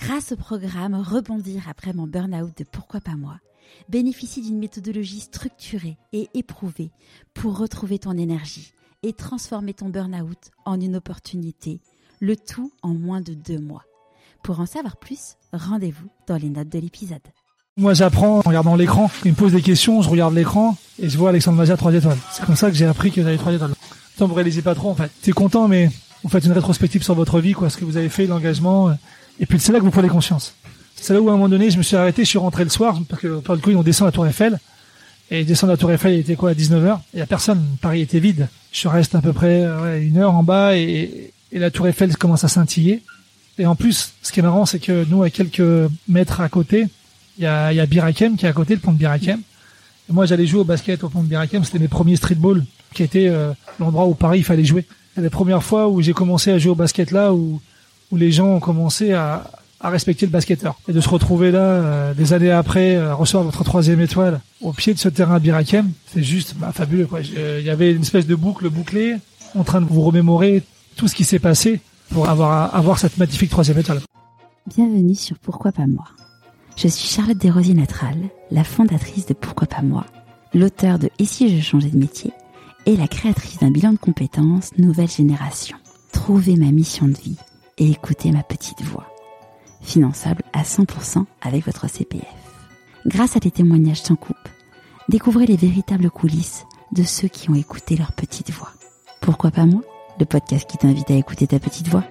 grâce au programme Rebondir après mon burn-out de Pourquoi pas moi, bénéficie d'une méthodologie structurée et éprouvée pour retrouver ton énergie et transformer ton burn-out en une opportunité, le tout en moins de 2 mois. Pour en savoir plus, rendez-vous dans les notes de l'épisode. Moi, j'apprends en regardant l'écran. Il me pose des questions, je regarde l'écran et je vois Alexandre Mazia 3 étoiles. C'est comme ça que j'ai appris que j'avais 3 étoiles. Tant vous réalisez pas trop, en fait. T'es content, mais vous faites une rétrospective sur votre vie, quoi, ce que vous avez fait, l'engagement. Et puis, c'est là que vous prenez conscience. C'est là où, à un moment donné, je me suis arrêté, je suis rentré le soir, parce que, par le coup, on descend la Tour Eiffel. Et descendre la Tour Eiffel, il était quoi, à 19h? Il y a personne. Paris était vide. Je reste à peu près, 1 heure en bas et la Tour Eiffel commence à scintiller. Et en plus, ce qui est marrant, c'est que nous, à quelques mètres à côté, il y a Bir Hakeim qui est à côté, le pont de Bir Hakeim. Et moi, j'allais jouer au basket au pont de Bir Hakeim. C'était mes premiers streetball, qui était l'endroit où Paris, il fallait jouer. C'est la première fois où j'ai commencé à jouer au basket là, où les gens ont commencé à respecter le basketteur. Et de se retrouver là, des années après, à recevoir votre 3e étoile au pied de ce terrain à Bir Hakeim, c'est juste fabuleux, quoi. Il y avait une espèce de boucle bouclée, en train de vous remémorer tout ce qui s'est passé pour avoir cette magnifique 3e étoile. Bienvenue sur Pourquoi pas moi. Je suis Charlotte Desrosiers-Natral, la fondatrice de Pourquoi pas moi, l'auteure de Et si je changeais de métier et la créatrice d'un bilan de compétences nouvelle génération. Trouvez ma mission de vie et écoutez ma petite voix. Finançable à 100% avec votre CPF. Grâce à des témoignages sans coupe, découvrez les véritables coulisses de ceux qui ont écouté leur petite voix. Pourquoi pas moi ? Le podcast qui t'invite à écouter ta petite voix.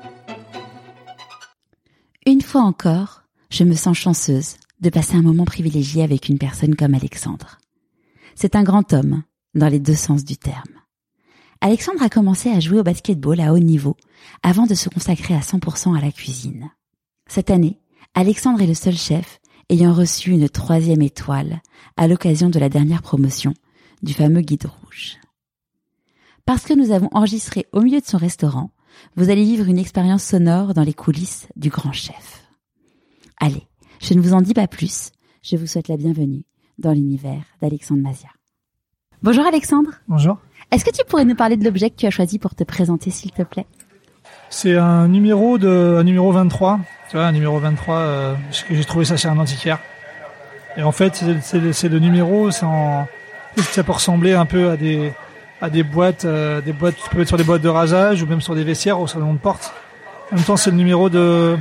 Une fois encore, je me sens chanceuse de passer un moment privilégié avec une personne comme Alexandre. C'est un grand homme, dans les 2 sens du terme. Alexandre a commencé à jouer au basketball à haut niveau avant de se consacrer à 100% à la cuisine. Cette année, Alexandre est le seul chef ayant reçu une 3e étoile à l'occasion de la dernière promotion du fameux Guide rouge. Parce que nous avons enregistré au milieu de son restaurant, vous allez vivre une expérience sonore dans les coulisses du grand chef. Allez, je ne vous en dis pas plus, je vous souhaite la bienvenue dans l'univers d'Alexandre Mazia. Bonjour Alexandre. Bonjour. Est-ce que tu pourrais nous parler de l'objet que tu as choisi pour te présenter, s'il te plaît ? C'est un numéro 23. Tu vois, un numéro 23, que j'ai trouvé ça chez un antiquaire. Et en fait, c'est le numéro, ça peut ressembler un peu à des boîtes, tu peux mettre sur des boîtes de rasage ou même sur des vestiaires au salon de porte. En même temps, c'est le numéro de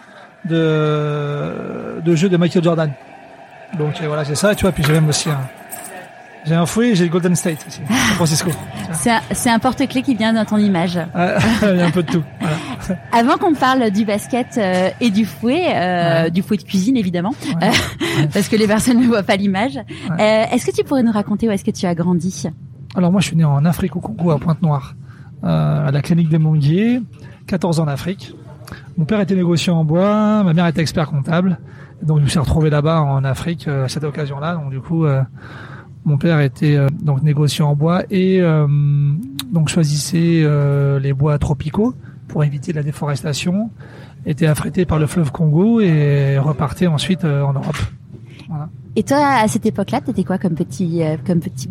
jeu de Michael Jordan. Donc voilà, c'est ça. Tu vois, puis j'ai même aussi j'ai un fouet et j'ai le Golden State aussi, San Francisco. C'est un porte-clés qui vient dans ton image. Il y a un peu de tout. Voilà. Avant qu'on parle du basket et du fouet de cuisine évidemment, parce que les personnes ne voient pas l'image, est-ce que tu pourrais nous raconter où est-ce que tu as grandi ? Alors moi, je suis né en Afrique, au Congo, à Pointe-Noire, à la clinique des Monguiers, 14 ans en Afrique. Mon père était négociant en bois, ma mère était expert comptable, donc je me suis retrouvé là-bas en Afrique à cette occasion-là. Donc du coup, mon père était donc négociant en bois et donc choisissait les bois tropicaux pour éviter la déforestation, était affrété par le fleuve Congo et repartait ensuite en Europe. Voilà. Et toi, à cette époque-là, t'étais quoi comme petit garçon ?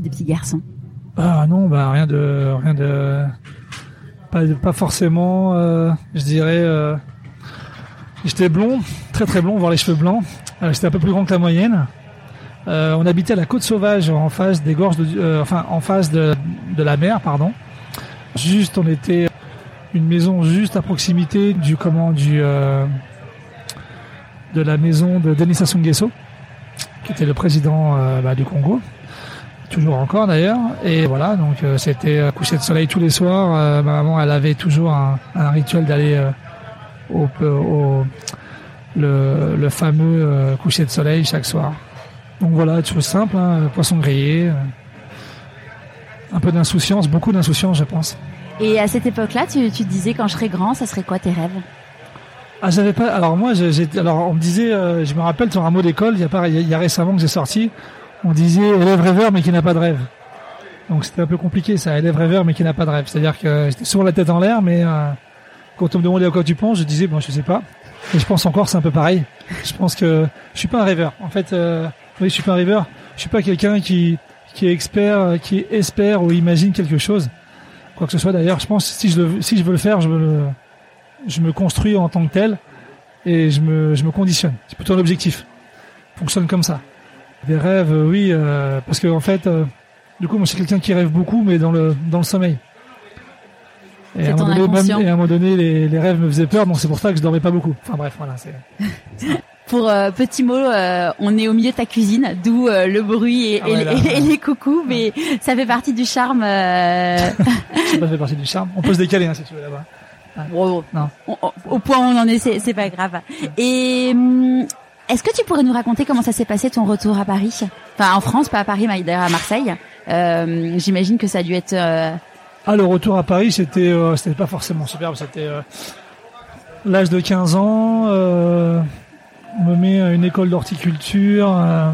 Ah non, rien de pas forcément, je dirais j'étais blond, très très blond, voire les cheveux blancs. J'étais un peu plus grand que la moyenne. On habitait à la Côte Sauvage, en face des gorges en face de la mer, pardon. Juste, on était une maison juste à proximité de la maison de Denis Sassou Nguesso, qui était le président du Congo. Toujours encore d'ailleurs, et voilà, donc c'était coucher de soleil tous les soirs. Ma maman, elle avait toujours un rituel d'aller le fameux coucher de soleil chaque soir. Donc voilà, chose simple, poisson grillé, un peu d'insouciance, beaucoup d'insouciance, je pense. Et à cette époque-là, tu te disais, quand je serais grand, ça serait quoi tes rêves ? Ah, j'avais pas. Alors moi, on me disait, je me rappelle sur un mot d'école, il y a récemment que j'ai sorti. On disait élève rêveur mais qui n'a pas de rêve. Donc c'était un peu compliqué ça, élève rêveur mais qui n'a pas de rêve. C'est-à-dire que j'étais souvent la tête en l'air, mais quand on me demandait à quoi tu penses, je disais bon, je sais pas. Et je pense encore, c'est un peu pareil. Je pense que je suis pas un rêveur. En fait, oui, je suis pas un rêveur. Je suis pas quelqu'un qui est expert, qui espère ou imagine quelque chose. Quoi que ce soit d'ailleurs, je pense si je veux le faire, je me construis en tant que tel. et je me conditionne. C'est plutôt un objectif. Je fonctionne comme ça. Des rêves, oui, parce que en fait, du coup, moi, je suis quelqu'un qui rêve beaucoup, mais dans le sommeil. Et à un moment donné, les rêves me faisaient peur, donc c'est pour ça que je dormais pas beaucoup. Enfin bref, voilà. Pour petit mot, on est au milieu de ta cuisine, d'où le bruit et les coucous, mais ça fait partie du charme. Ça fait partie du charme. On peut se décaler, si tu veux, là-bas. Ouais. Bon, non. Au point où on en est, c'est pas grave. Et est-ce que tu pourrais nous raconter comment ça s'est passé ton retour à Paris? Enfin, en France, pas à Paris, mais d'ailleurs à Marseille. J'imagine que ça a dû être... le retour à Paris, c'était pas forcément superbe. C'était l'âge de 15 ans. On me met à une école d'horticulture,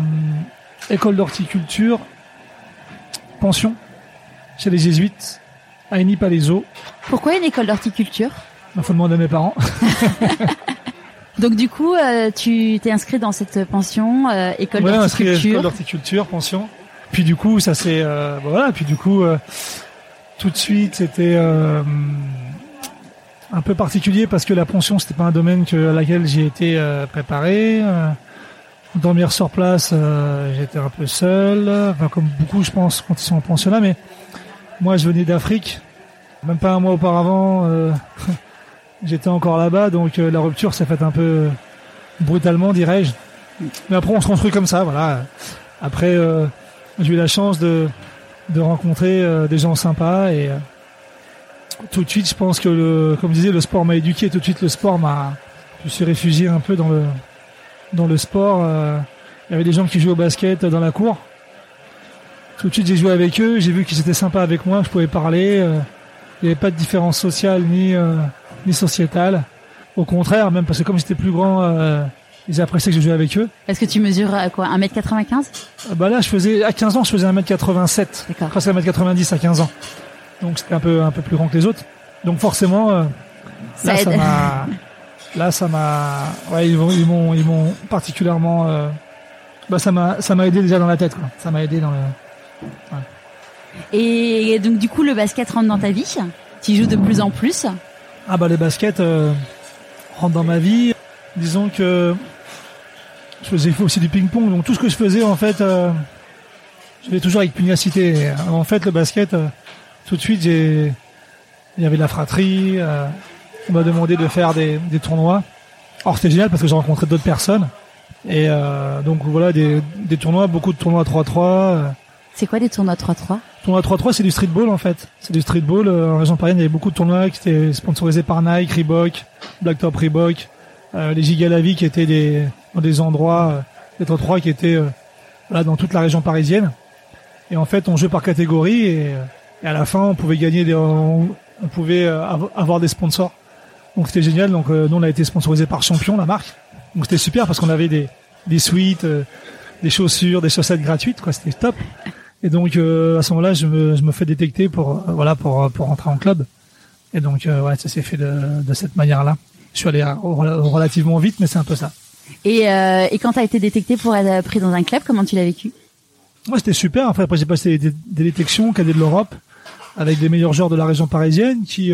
pension, chez les jésuites, à Eni-Palaiseau. Pourquoi une école d'horticulture? Faut demander à mes parents. Donc du coup, tu t'es inscrit dans cette pension, école d'horticulture. École d'horticulture, pension. Puis du coup, ça c'est voilà. Puis du coup, tout de suite, c'était un peu particulier parce que la pension, c'était pas un domaine à laquelle j'ai été préparé. Dormir sur place, j'étais un peu seul. Enfin, comme beaucoup, je pense, quand ils sont en pensionnat. Mais moi, je venais d'Afrique. Même pas un mois auparavant, j'étais encore là-bas. Donc la rupture s'est faite un peu brutalement, dirais-je. Mais après, on se construit comme ça, voilà. Après, j'ai eu la chance de rencontrer des gens sympas et tout de suite, je pense que comme je disais, le sport m'a éduqué. Tout de suite, je suis réfugié un peu dans le sport. Il y avait des gens qui jouaient au basket dans la cour. Tout de suite, j'ai joué avec eux. J'ai vu qu'ils étaient sympas avec moi, que je pouvais parler. Il n'y avait pas de différence sociale ni sociétale. Au contraire, même parce que comme j'étais plus grand, ils appréciaient que je jouais avec eux. Est-ce que tu mesures quoi, 1m95? Là, à 15 ans, je faisais 1m87. D'accord. Presque 1m90 à 15 ans. Donc c'était un peu plus grand que les autres. Donc forcément, ça m'a, ouais, ils m'ont particulièrement, ça m'a aidé déjà dans la tête, quoi. Ça m'a aidé dans le. Ouais. Et donc du coup, le basket rentre dans ta vie. Tu joues de plus en plus. Les baskets rentrent dans ma vie. Disons que je faisais aussi du ping-pong. Donc tout ce que je faisais, en fait, je faisais toujours avec pugnacité. Et, en fait, le basket, tout de suite, il y avait de la fratrie. On m'a demandé de faire des tournois. Alors c'était génial parce que j'ai rencontré d'autres personnes. Et donc voilà, des tournois, beaucoup de tournois 3-3. C'est quoi des tournois 3-3? Tournoi 3-3, c'est du streetball en fait. C'est du streetball. En région parisienne, il y avait beaucoup de tournois qui étaient sponsorisés par Nike, Reebok, Blacktop Reebok, les Gigalavi qui étaient des endroits, des 3-3 qui étaient dans toute la région parisienne. Et en fait, on jouait par catégorie et à la fin, on pouvait gagner on pouvait avoir des sponsors. Donc c'était génial. Donc nous, on a été sponsorisé par Champion, la marque. Donc c'était super parce qu'on avait des suites, des chaussures, des chaussettes gratuites, quoi. C'était top. Et donc à ce moment-là, je me fais détecter pour rentrer en club. Et donc ça s'est fait de cette manière-là. Je suis allé relativement vite, mais c'est un peu ça. Et quand tu as été détecté pour être pris dans un club, comment tu l'as vécu? Moi, c'était super. Après j'ai passé des détections cadets de l'Europe avec des meilleurs joueurs de la région parisienne qui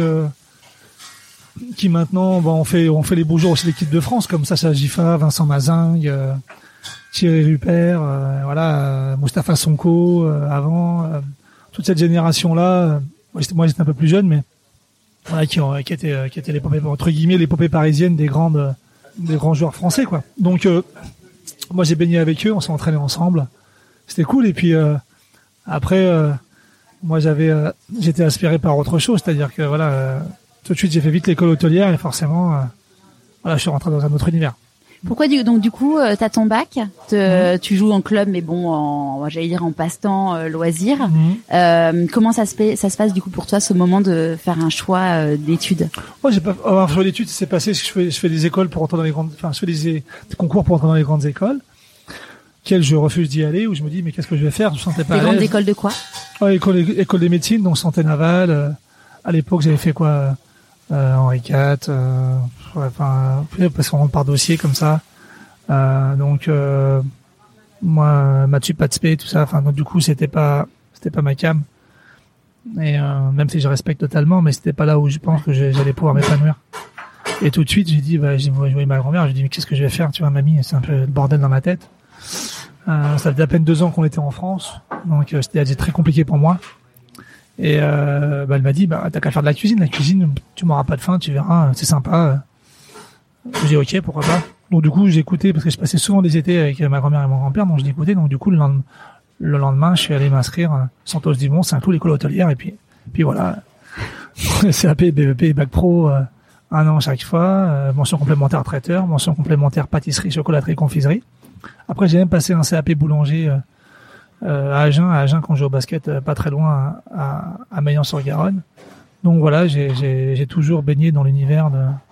maintenant on fait les beaux jours aussi l'équipe de France comme Sacha Giffard, Vincent Mazingue, Thierry Rupert, Mustapha Sonko avant toute cette génération là. Moi j'étais un peu plus jeune, mais voilà qui étaient l'épopée, entre guillemets, l'épopée parisienne des grands joueurs français, quoi. Donc moi j'ai baigné avec eux, on s'est entraînés ensemble, c'était cool. Et puis après moi j'étais aspiré par autre chose, c'est-à-dire que tout de suite j'ai fait vite l'école hôtelière et forcément je suis rentré dans un autre univers. Pourquoi donc du coup t'as ton bac, tu joues en club mais bon en passe-temps, loisir. Comment ça se passe du coup pour toi ce moment de faire un choix d'études? Moi j'ai pas un choix d'études, c'est passé, je fais des écoles pour entrer dans les grandes, je fais des concours pour entrer dans les grandes écoles, auxquelles je refuse d'y aller, où je me dis mais qu'est-ce que je vais faire, je me sentais pas à l'aise. Des grandes écoles de quoi? École des médecines, donc santé navale. À l'époque j'avais fait quoi, Henri IV, parce qu'on rentre par dossier comme ça. Donc moi, Mathieu Patspé, tout ça. Donc du coup, c'était pas ma cam. Et même si je respecte totalement, mais c'était pas là où je pense que j'allais pouvoir m'épanouir. Et tout de suite, j'ai voyé ma grand-mère, j'ai dit, mais qu'est-ce que je vais faire, tu vois, mamie, c'est un peu le bordel dans ma tête. Ça faisait à peine 2 ans qu'on était en France, donc c'était très compliqué pour moi. Et elle m'a dit, t'as qu'à faire de la cuisine, tu m'auras pas de faim, tu verras, c'est sympa. J'ai dit ok, pourquoi pas. Donc du coup j'ai écouté parce que je passais souvent des étés avec ma grand-mère et mon grand-père, donc je l'écoutais. Donc du coup le lendemain je suis allé m'inscrire Santos Dumont, c'est un coup l'école hôtelière et puis voilà. CAP, BEP et Bac Pro, 1 an chaque fois, mention complémentaire traiteur, mention complémentaire pâtisserie, chocolaterie, confiserie. Après j'ai même passé un CAP boulanger à Agen quand je jouais au basket, pas très loin à Meillan-sur-Garonne. Donc voilà, j'ai toujours baigné dans l'univers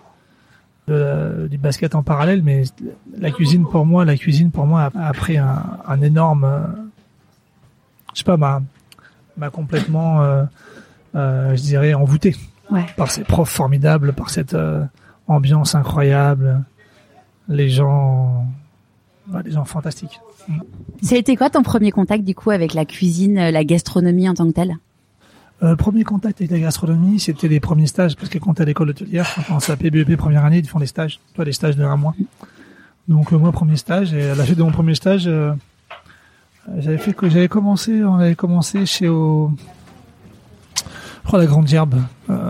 du basket en parallèle, mais la cuisine pour moi a pris un énorme, je sais pas, m'a complètement, je dirais, envoûté par ces profs formidables, par cette ambiance incroyable, les gens fantastiques. Ça a été quoi ton premier contact du coup avec la cuisine, la gastronomie en tant que telle? Premier contact avec la gastronomie, c'était les premiers stages, parce que quand t'es à l'école hôtelière, quand on s'appelle BEP première année, ils font des stages, des stages de 1 mois. Donc moi premier stage, et à la suite de mon premier stage, on avait commencé chez je crois la Grande Gerbe.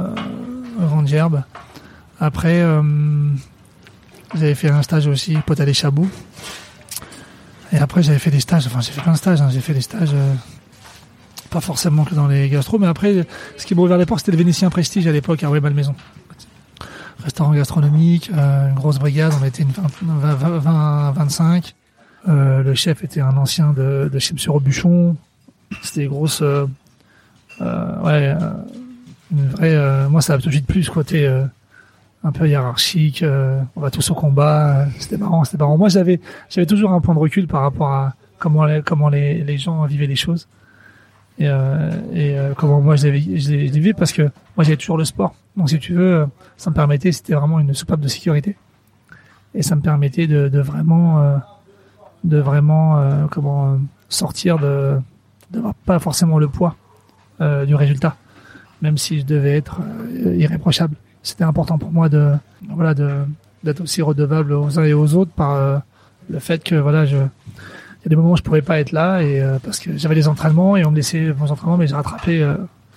Après j'avais fait un stage aussi Potaler Chabot. Et après j'ai fait plein de stages, j'ai fait des stages pas forcément que dans les gastros, mais après, ce qui m'a ouvert les portes, c'était le Vénitien Prestige à l'époque, à Rueil-Malmaison. Restaurant gastronomique, une grosse brigade, on était 25. Le chef était un ancien de chez Monsieur Robuchon. C'était grosse, une vraie, moi ça a tout de suite plus ce côté un peu hiérarchique, on va tous au combat, c'était marrant. Moi j'avais toujours un point de recul par rapport à comment les gens vivaient les choses. Et comment moi je les vivais, parce que moi j'avais toujours le sport, donc si tu veux ça me permettait, c'était vraiment une soupape de sécurité, et ça me permettait de vraiment sortir d'avoir pas forcément le poids du résultat, même si je devais être irréprochable. C'était important pour moi d'être aussi redevable aux uns et aux autres par le fait que il y a des moments où je pouvais pas être là, et parce que j'avais des entraînements et on me laissait mes entraînements, mais je rattrapais. Je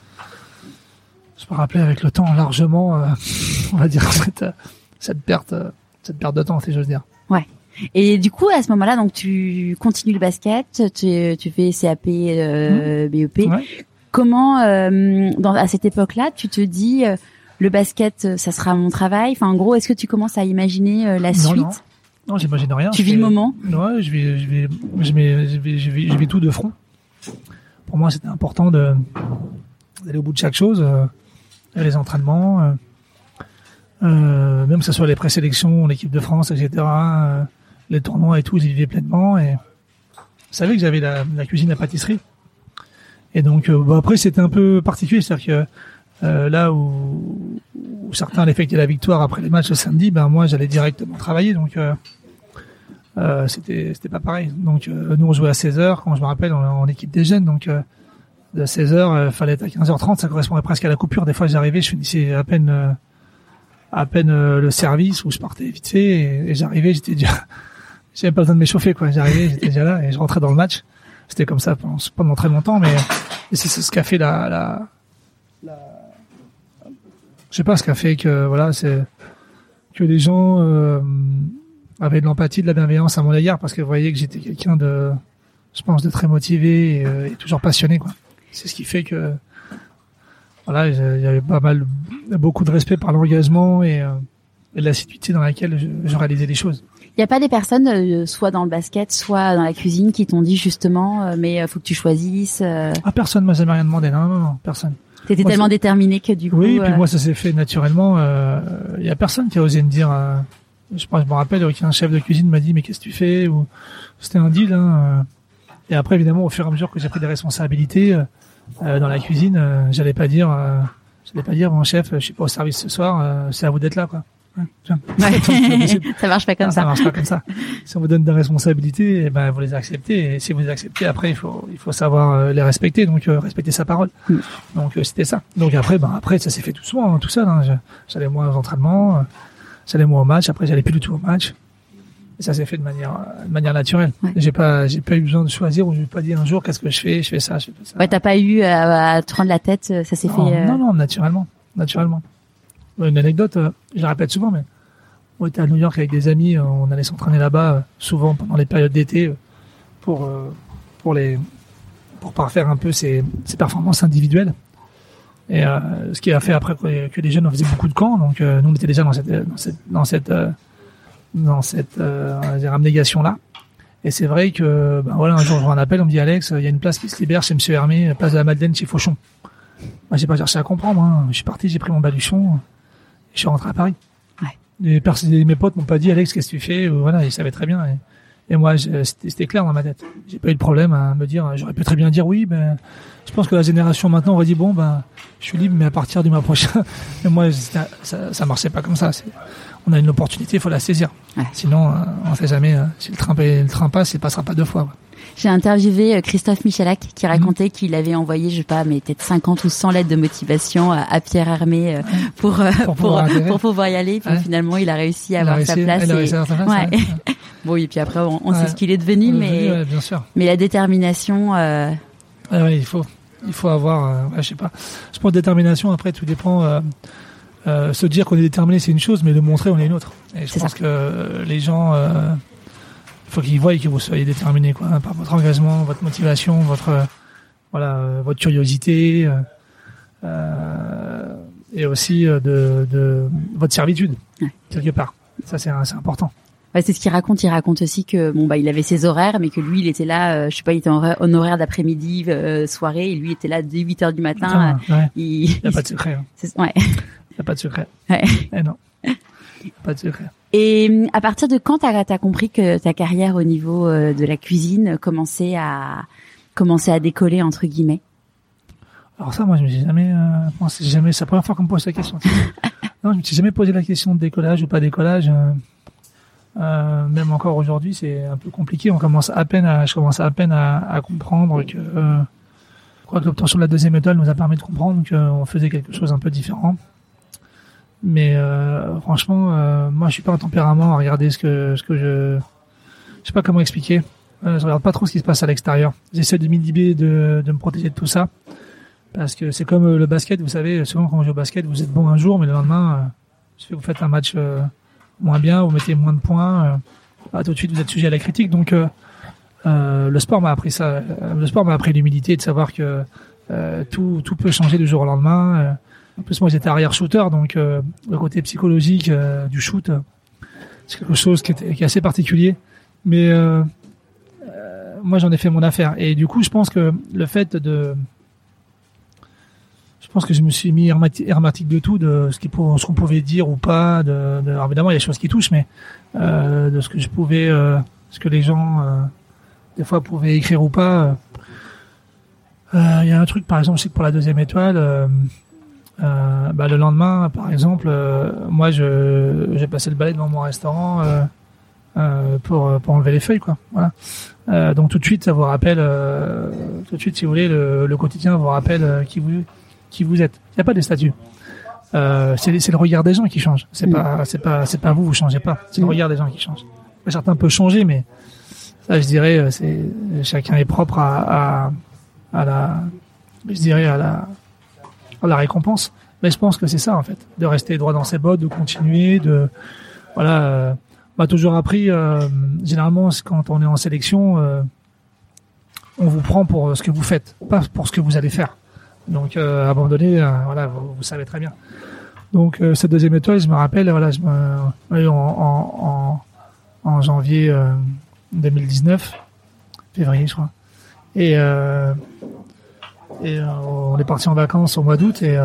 me rappelais avec le temps largement, on va dire cette perte de temps, si j'ose dire. Ouais. Et du coup, à ce moment-là, donc tu continues le basket, tu fais CAP, BEP. Ouais. Comment, à cette époque-là, tu te dis le basket, ça sera mon travail. Enfin, en gros, est-ce que tu commences à imaginer la suite? Non, j'imagine rien. Tu vis le moment? Ouais, je vis tout de front. Pour moi, c'était important d'aller au bout de chaque chose, les entraînements, même que ce soit les présélections, l'équipe de France, etc., les tournois et tout, je vivais pleinement, et je savais que j'avais la cuisine, la pâtisserie. Et donc, après, c'était un peu particulier, c'est-à-dire que là où certains allaient fêter la victoire après les matchs le samedi, moi j'allais directement travailler, donc c'était pas pareil. Donc nous on jouait à 16h, quand je me rappelle, en équipe des jeunes, donc de 16h fallait être à 15h30, ça correspondait presque à la coupure. Des fois j'arrivais, je finissais à peine le service, où je partais vite fait, et j'arrivais, j'avais pas besoin de m'échauffer, quoi. J'arrivais, j'étais déjà là, et je rentrais dans le match. C'était comme ça pendant très longtemps, mais c'est ce qu'a fait je sais pas, ce qu'a fait que c'est que les gens avaient de l'empathie, de la bienveillance à mon égard, parce que vous voyez que j'étais quelqu'un de très motivé et toujours passionné, quoi. C'est ce qui fait que il y avait beaucoup de respect par l'engagement et l'assiduité dans laquelle je réalisais les choses. Il n'y a pas des personnes, soit dans le basket, soit dans la cuisine, qui t'ont dit justement, mais faut que tu choisisses. Personne m'a jamais rien demandé. Non, personne. T'étais tellement déterminé que du coup. Oui, puis moi ça s'est fait naturellement. Il y a personne qui a osé me dire. Je me rappelle qu'un chef de cuisine m'a dit, mais qu'est-ce que tu fais, ou c'était un deal. Et après, évidemment, au fur et à mesure que j'ai pris des responsabilités dans la cuisine, j'allais pas dire bon chef, je suis pas au service ce soir, c'est à vous d'être là, quoi. Ouais. Ça marche pas comme ça. Ça marche pas comme ça. Si on vous donne des responsabilités, vous les acceptez, et si vous les acceptez, après il faut savoir les respecter, donc respecter sa parole. Donc c'était ça. Donc après ça s'est fait doucement, tout seul. J'allais moins aux entraînements, j'allais moins au match. Après, j'allais plus du tout au match. Et ça s'est fait de manière naturelle. Ouais. J'ai pas eu besoin de choisir, ou je vais pas dire un jour qu'est-ce que je fais ça, je fais pas ça. Ouais, t'as pas eu à te prendre la tête, ça s'est fait. Non, naturellement. Une anecdote, je la répète souvent, mais on était à New York avec des amis, on allait s'entraîner là-bas souvent pendant les périodes d'été pour parfaire un peu ses performances individuelles. Et ce qui a fait après que les jeunes, on faisait beaucoup de camps, donc nous on était déjà dans cette on va dire, abnégation-là. Et c'est vrai que un jour je vois un appel, on me dit Alex, il y a une place qui se libère chez Monsieur Hermé, place de la Madeleine chez Fauchon. Moi j'ai pas cherché à comprendre, hein. Je suis parti, j'ai pris mon baluchon, et je suis rentré à Paris. Ouais. Et mes potes m'ont pas dit Alex, qu'est-ce que tu fais? Voilà, ils savaient très bien. Et moi, c'était clair dans ma tête. J'ai pas eu de problème à me dire, j'aurais pu très bien dire oui, mais je pense que la génération maintenant aurait dit bon, je suis libre, mais à partir du mois prochain. Et moi, ça marchait pas comme ça. On a une opportunité, il faut la saisir. Ouais. Sinon, on sait jamais, si le train passe, il passera pas deux fois. Ouais. J'ai interviewé Christophe Michalak qui racontait qu'il avait envoyé, je sais pas, mais peut-être 50 ou 100 lettres de motivation à Pierre Hermé pour pouvoir y aller. Puis finalement, il a réussi à avoir sa place. Ouais. Bon, et puis après, on sait ce qu'il est devenu, mais bien sûr. Mais la détermination. Ouais, il faut avoir, je sais pas. Je pense détermination. Après, tout dépend. Se dire qu'on est déterminé, c'est une chose, mais le montrer, on est une autre. Et je pense que les gens, faut qu'ils voient que vous soyez déterminé, quoi, par votre engagement, votre motivation, votre curiosité, et aussi de votre servitude quelque part. Ça, c'est important. Ouais, c'est ce qu'il raconte. Il raconte aussi que il avait ses horaires, mais que lui, il était là, je sais pas, il était en horaire d'après-midi, soirée, et lui il était là dès 8 heures du matin. Il y a pas de secret. Hein. Ouais. Il y a pas de secret. Ouais. Non. Pas de secret. Et à partir de quand t'as compris que ta carrière au niveau de la cuisine commençait à décoller entre guillemets? Alors ça, moi, je me suis jamais pensé, c'est la première fois qu'on me pose la question. Non, je me suis jamais posé la question de décollage ou pas décollage. Même encore aujourd'hui, c'est un peu compliqué. Je commence à peine à comprendre que je crois que l'obtention de la deuxième étoile nous a permis de comprendre qu'on faisait quelque chose un peu différent. Mais franchement, moi, je suis pas un tempérament à regarder ce que je sais pas comment expliquer. Je regarde pas trop ce qui se passe à l'extérieur. J'essaie de m'inhiber, de me protéger de tout ça, parce que c'est comme le basket. Vous savez, souvent quand on joue au basket, vous êtes bon un jour, mais le lendemain, vous faites un match moins bien, vous mettez moins de points, tout de suite vous êtes sujet à la critique. Donc le sport m'a appris ça. Le sport m'a appris l'humilité, de savoir que tout peut changer du jour au lendemain. En plus, moi, j'étais arrière shooter, donc le côté psychologique du shoot, c'est quelque chose qui est assez particulier. Mais moi, j'en ai fait mon affaire. Et du coup, je pense que je me suis mis hermétique de tout, de ce qu'on pouvait dire ou pas. Alors évidemment, il y a des choses qui touchent, mais de ce que je pouvais, ce que les gens des fois pouvaient écrire ou pas. Il y a un truc, par exemple, je sais que pour la deuxième étoile. Le lendemain, par exemple, moi, j'ai passé le balai devant mon restaurant pour enlever les feuilles, quoi. Voilà. Donc tout de suite, ça vous rappelle, si vous voulez, le quotidien vous rappelle qui vous êtes. Il n'y a pas de statut. C'est le regard des gens qui change. C'est pas vous changez pas. C'est le regard des gens qui change. Certains peuvent changer, mais ça, je dirais, chacun est propre à la récompense. Mais je pense que c'est ça, en fait, de rester droit dans ses bottes, de continuer, on m'a toujours appris, généralement, quand on est en sélection, on vous prend pour ce que vous faites, pas pour ce que vous allez faire. Donc, à un moment donné, vous savez très bien. Donc, cette deuxième étoile, je me rappelle, en janvier 2019, février, je crois. Et on est parti en vacances au mois d'août et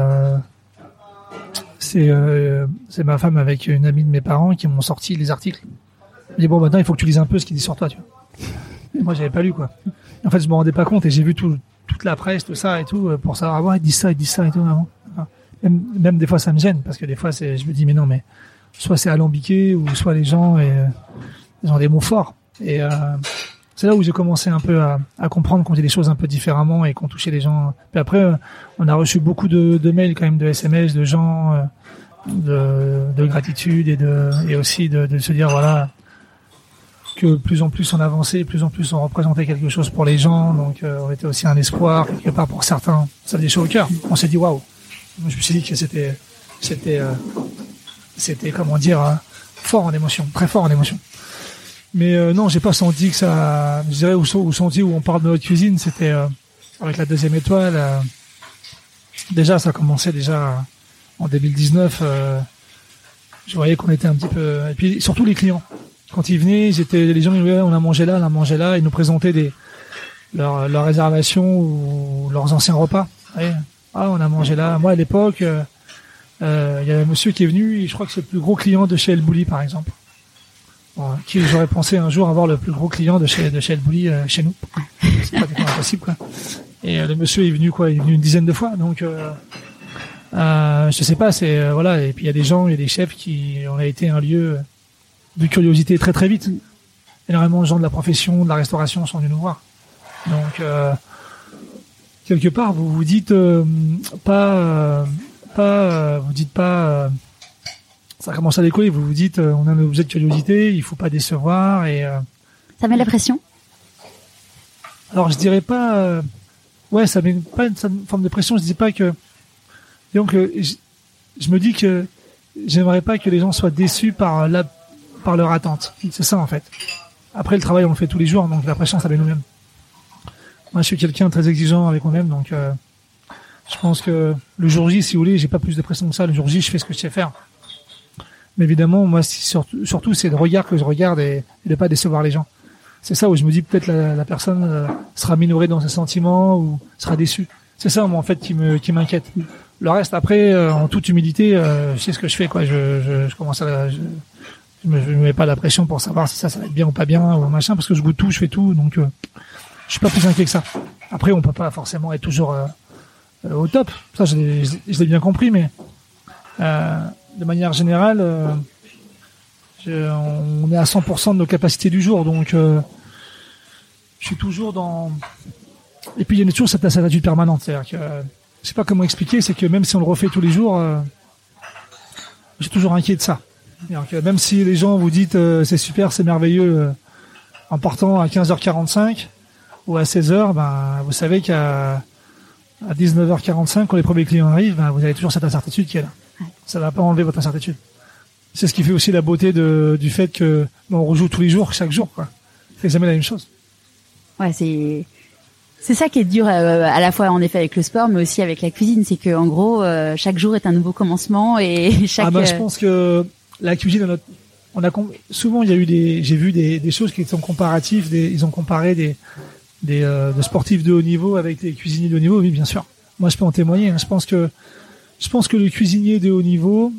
c'est ma femme avec une amie de mes parents qui m'ont sorti les articles. Elle dit bon, maintenant il faut que tu lises un peu ce qu'il dit sur toi, tu vois. Et moi j'avais pas lu, quoi. Et en fait je me rendais pas compte et j'ai vu toute la presse, tout ça et tout pour savoir ils disent ça et tout vraiment. Même des fois ça me gêne parce que des fois je me dis mais non, mais soit c'est alambiqué ou soit les gens ils ont des mots forts et c'est là où j'ai commencé un peu à comprendre qu'on faisait des choses un peu différemment et qu'on touchait les gens. Puis après, on a reçu beaucoup de mails quand même, de SMS, de gens de gratitude et aussi de se dire voilà que plus en plus on avançait, plus en plus on représentait quelque chose pour les gens, donc on était aussi un espoir quelque part pour certains. Ça faisait chaud au cœur. On s'est dit waouh. Je me suis dit que c'était comment dire fort en émotion, très fort en émotion. Mais non, j'ai pas senti que ça. Je dirais où on parle de notre cuisine, c'était avec la deuxième étoile. Déjà, ça commençait déjà en 2019. Je voyais qu'on était un petit peu. Et puis surtout les clients. Quand ils venaient, les gens ils disaient on a mangé là, ils nous présentaient leurs réservations ou leurs anciens repas. Ouais. Ah, on a mangé là. Moi à l'époque, il y a un monsieur qui est venu, et je crois que c'est le plus gros client de chez El Bulli par exemple. Bon, qui j'aurais pensé un jour avoir le plus gros client de chez El Bulli chez nous. C'est pratiquement impossible quoi. Et le monsieur est venu il est venu une dizaine de fois. Donc je sais pas, c'est voilà. Et puis il y a des chefs on a été un lieu de curiosité très très vite. Énormément de gens de la profession, de la restauration sont venus nous voir. Donc quelque part vous vous dites vous dites pas ça commence à décoller, vous vous dites on a un objet de curiosité, il faut pas décevoir et ça met la pression. Alors je dirais pas ouais, ça met pas une forme de pression, je dis pas que donc je me dis que j'aimerais pas que les gens soient déçus par leur attente. C'est ça en fait. Après le travail on le fait tous les jours, donc la pression ça met nous-mêmes. Moi je suis quelqu'un de très exigeant avec moi-même, donc je pense que le jour J, si vous voulez, j'ai pas plus de pression que ça. Le jour J, je fais ce que je sais faire. Mais évidemment, moi, surtout, c'est le regard que je regarde et de pas décevoir les gens. C'est ça où je me dis peut-être la personne sera minorée dans ses sentiments ou sera déçue. C'est ça, moi, en fait, qui m'inquiète. Le reste, après, en toute humilité, je sais ce que je fais, quoi. Je commence je me mets pas la pression pour savoir si ça va être bien ou pas bien ou machin, parce que je goûte tout, je fais tout, donc je suis pas plus inquiet que ça. Après, on peut pas forcément être toujours au top. Ça, je l'ai bien compris, mais de manière générale, on est à 100% de nos capacités du jour, donc je suis toujours dans. Et puis il y a toujours cette attitude permanente, c'est-à-dire que je sais pas comment expliquer, c'est que même si on le refait tous les jours, je suis toujours inquiet de ça. C'est-à-dire que même si les gens vous dites c'est super, c'est merveilleux, en partant à 15h45 ou à 16h, ben vous savez qu'à 19h45, quand les premiers clients arrivent, ben, vous avez toujours cette incertitude qui est là. Ça va pas enlever votre incertitude. C'est ce qui fait aussi la beauté du fait que on rejoue tous les jours, chaque jour, quoi. C'est jamais la même chose. Ouais, c'est ça qui est dur à la fois en effet avec le sport, mais aussi avec la cuisine, c'est que en gros chaque jour est un nouveau commencement et chaque. Ah ben je pense que la cuisine, souvent il y a eu j'ai vu des choses qui sont comparatives, ils ont comparé des sportifs de haut niveau avec des cuisiniers de haut niveau. Oui, bien sûr. Moi, je peux en témoigner. Je pense que le cuisinier de haut niveau,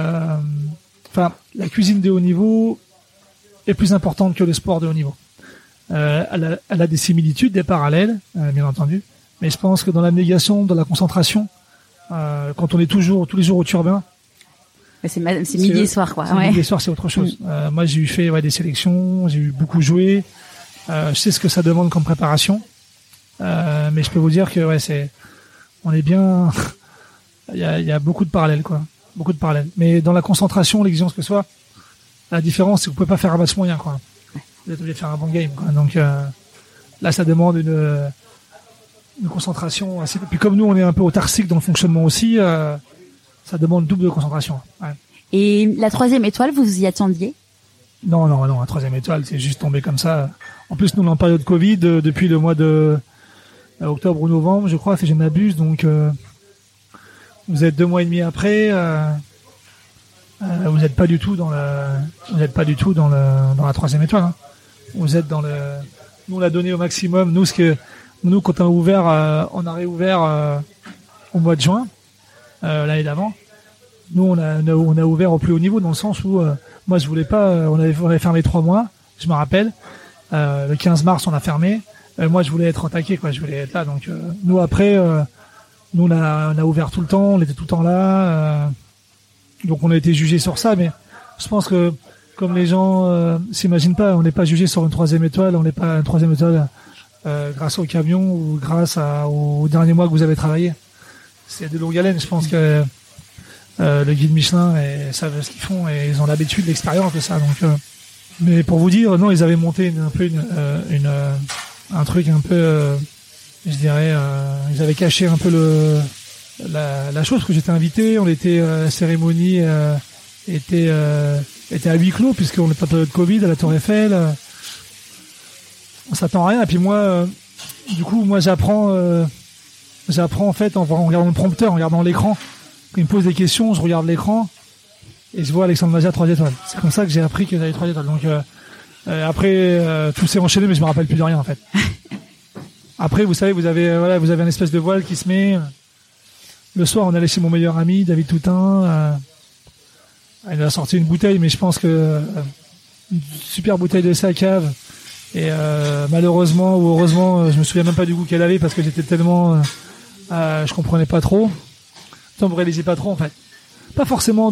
la cuisine de haut niveau est plus importante que le sport de haut niveau. Elle a des similitudes, des parallèles, bien entendu. Mais je pense que dans l'abnégation, dans la concentration, quand on est tous les jours au turbin, c'est midi et soir, quoi. Ouais. Midi et soir, c'est autre chose. Moi, j'ai fait des sélections, j'ai eu beaucoup joué. Je sais ce que ça demande comme préparation, mais je peux vous dire que on est bien. Il y a beaucoup de parallèles, quoi, beaucoup de parallèles. Mais dans la concentration, l'exigence que ce soit, la différence c'est que vous pouvez pas faire un match moyen, quoi. Vous êtes obligé de faire un bon game, quoi. Donc là, ça demande une concentration assez. Puis comme nous, on est un peu autarcique dans le fonctionnement aussi, ça demande double de concentration. Ouais. Et la 3e étoile, vous y attendiez? Non, la 3e étoile, c'est juste tombé comme ça. En plus, nous, on est en période Covid depuis le mois de octobre ou novembre, je crois, si je ne m'abuse. Donc, vous êtes 2 mois et demi après. Vous n'êtes pas du tout dans la 3e étoile. Hein. Vous êtes dans nous, on l'a donné au maximum. Nous, quand on a ouvert, on a réouvert au mois de juin l'année d'avant. Nous, on a ouvert au plus haut niveau dans le sens où moi, je voulais pas. On avait fermé 3 mois. Je me rappelle. Le 15 mars, on a fermé. Moi, je voulais être au taquet, quoi. Je voulais être là. Donc, nous après, on a ouvert tout le temps. On était tout le temps là. Donc, on a été jugé sur ça. Mais je pense que comme les gens s'imaginent pas, on n'est pas jugé sur une 3e étoile. On n'est pas une 3e étoile grâce au camion ou grâce aux derniers mois que vous avez travaillé. C'est de longue haleine. Je pense que le guide Michelin et savent ce qu'ils font et ils ont l'habitude, l'expérience de ça. Donc, mais pour vous dire, non, ils avaient monté un truc un peu, je dirais, ils avaient caché un peu la chose parce que j'étais invité. On était la cérémonie était à huis clos puisqu'on n'est pas de Covid à la Tour Eiffel. On s'attend à rien. Et puis moi, du coup, j'apprends en fait en regardant le prompteur, en regardant l'écran. Quand il me pose des questions, je regarde l'écran et je vois Alexandre Mazia 3 étoiles. C'est comme ça que j'ai appris que j'avais 3 étoiles. Donc après, tout s'est enchaîné, mais je me rappelle plus de rien en fait. Après, vous savez, vous avez un espèce de voile qui se met. Le soir, on allait chez mon meilleur ami, David Toutain. Il a sorti une bouteille, mais je pense que une super bouteille de sa cave. Et malheureusement ou heureusement, je me souviens même pas du goût qu'elle avait parce que j'étais tellement, je comprenais pas trop. Vous réalisez pas trop en fait. Pas forcément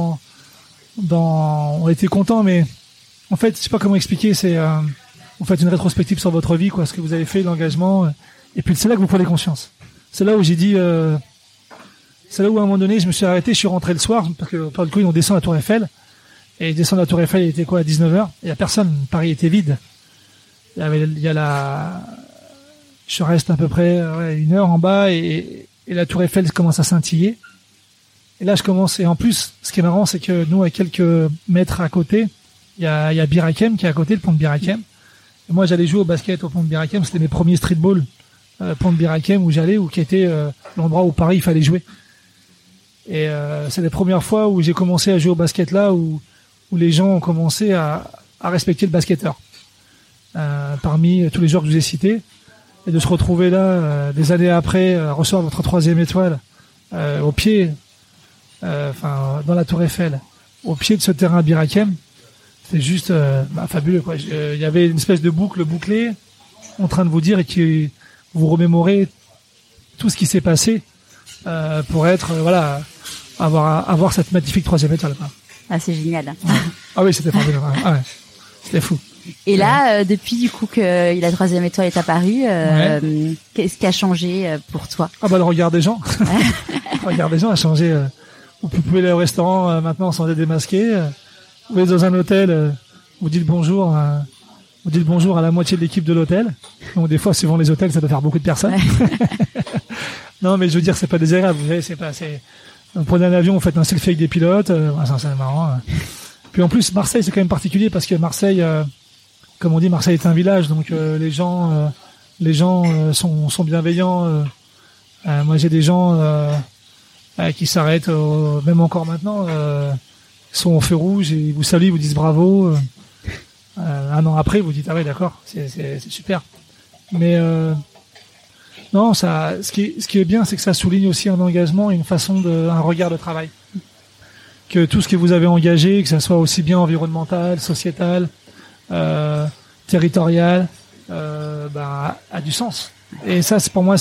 on était content, mais en fait, je sais pas comment expliquer. C'est vous faites une rétrospective sur votre vie, quoi, ce que vous avez fait, l'engagement, et puis c'est là que vous prenez conscience. C'est là où j'ai dit, c'est là où à un moment donné, je me suis arrêté, je suis rentré le soir parce que par le coup, on descend à la Tour Eiffel et descendre à la Tour Eiffel, il était quoi à 19h. Il y a personne, Paris était vide. Je reste à peu près 1 heure en bas et la Tour Eiffel commence à scintiller. Et là, je commence. Et en plus, ce qui est marrant, c'est que nous, à quelques mètres à côté, il y a Bir Hakeim qui est à côté, le pont de Bir Hakeim. Et moi, j'allais jouer au basket au pont de Bir Hakeim. C'était mes premiers streetball, pont de Bir Hakeim où j'allais, qui était l'endroit où Paris il fallait jouer. Et c'est les premières fois où j'ai commencé à jouer au basket là, où les gens ont commencé à respecter le basketteur. Parmi tous les joueurs que je vous ai cités, et de se retrouver là des années après à recevoir votre 3e étoile au pied, dans la Tour Eiffel, au pied de ce terrain à Bir Hakeim, c'est juste fabuleux quoi. Il y avait une espèce de boucle bouclée en train de vous dire et qui vous remémorez tout ce qui s'est passé pour être avoir cette magnifique 3e étoile quoi. Ah, c'est génial. Ah oui, c'était fabuleux. Ouais. C'était fou. Et là, depuis du coup que la 3e étoile est apparue, qu'est-ce qui a changé pour toi? Ah bah le regard des gens. Le regard des gens a changé. Vous pouvez aller au restaurant maintenant sans être démasqué. Vous êtes dans un hôtel, vous dites bonjour. Vous dites bonjour à la moitié de l'équipe de l'hôtel. Donc des fois, suivant les hôtels, ça doit faire beaucoup de personnes. Non, mais je veux dire, c'est pas désagréable. Vous savez, vous prenez un avion, vous faites un selfie avec des pilotes. C'est marrant. Puis en plus, Marseille, c'est quand même particulier parce que Marseille, comme on dit, Marseille est un village, donc les gens sont bienveillants. Moi, j'ai des gens qui s'arrêtent, même encore maintenant, sont au feu rouge et ils vous saluent, ils vous disent bravo. Un an après, vous dites ah ouais, d'accord, c'est super. Mais non, ce qui est bien, c'est que ça souligne aussi un engagement et un regard de travail. Que tout ce que vous avez engagé, que ça soit aussi bien environnemental, sociétal, territorial, a du sens. Et ça, pour moi,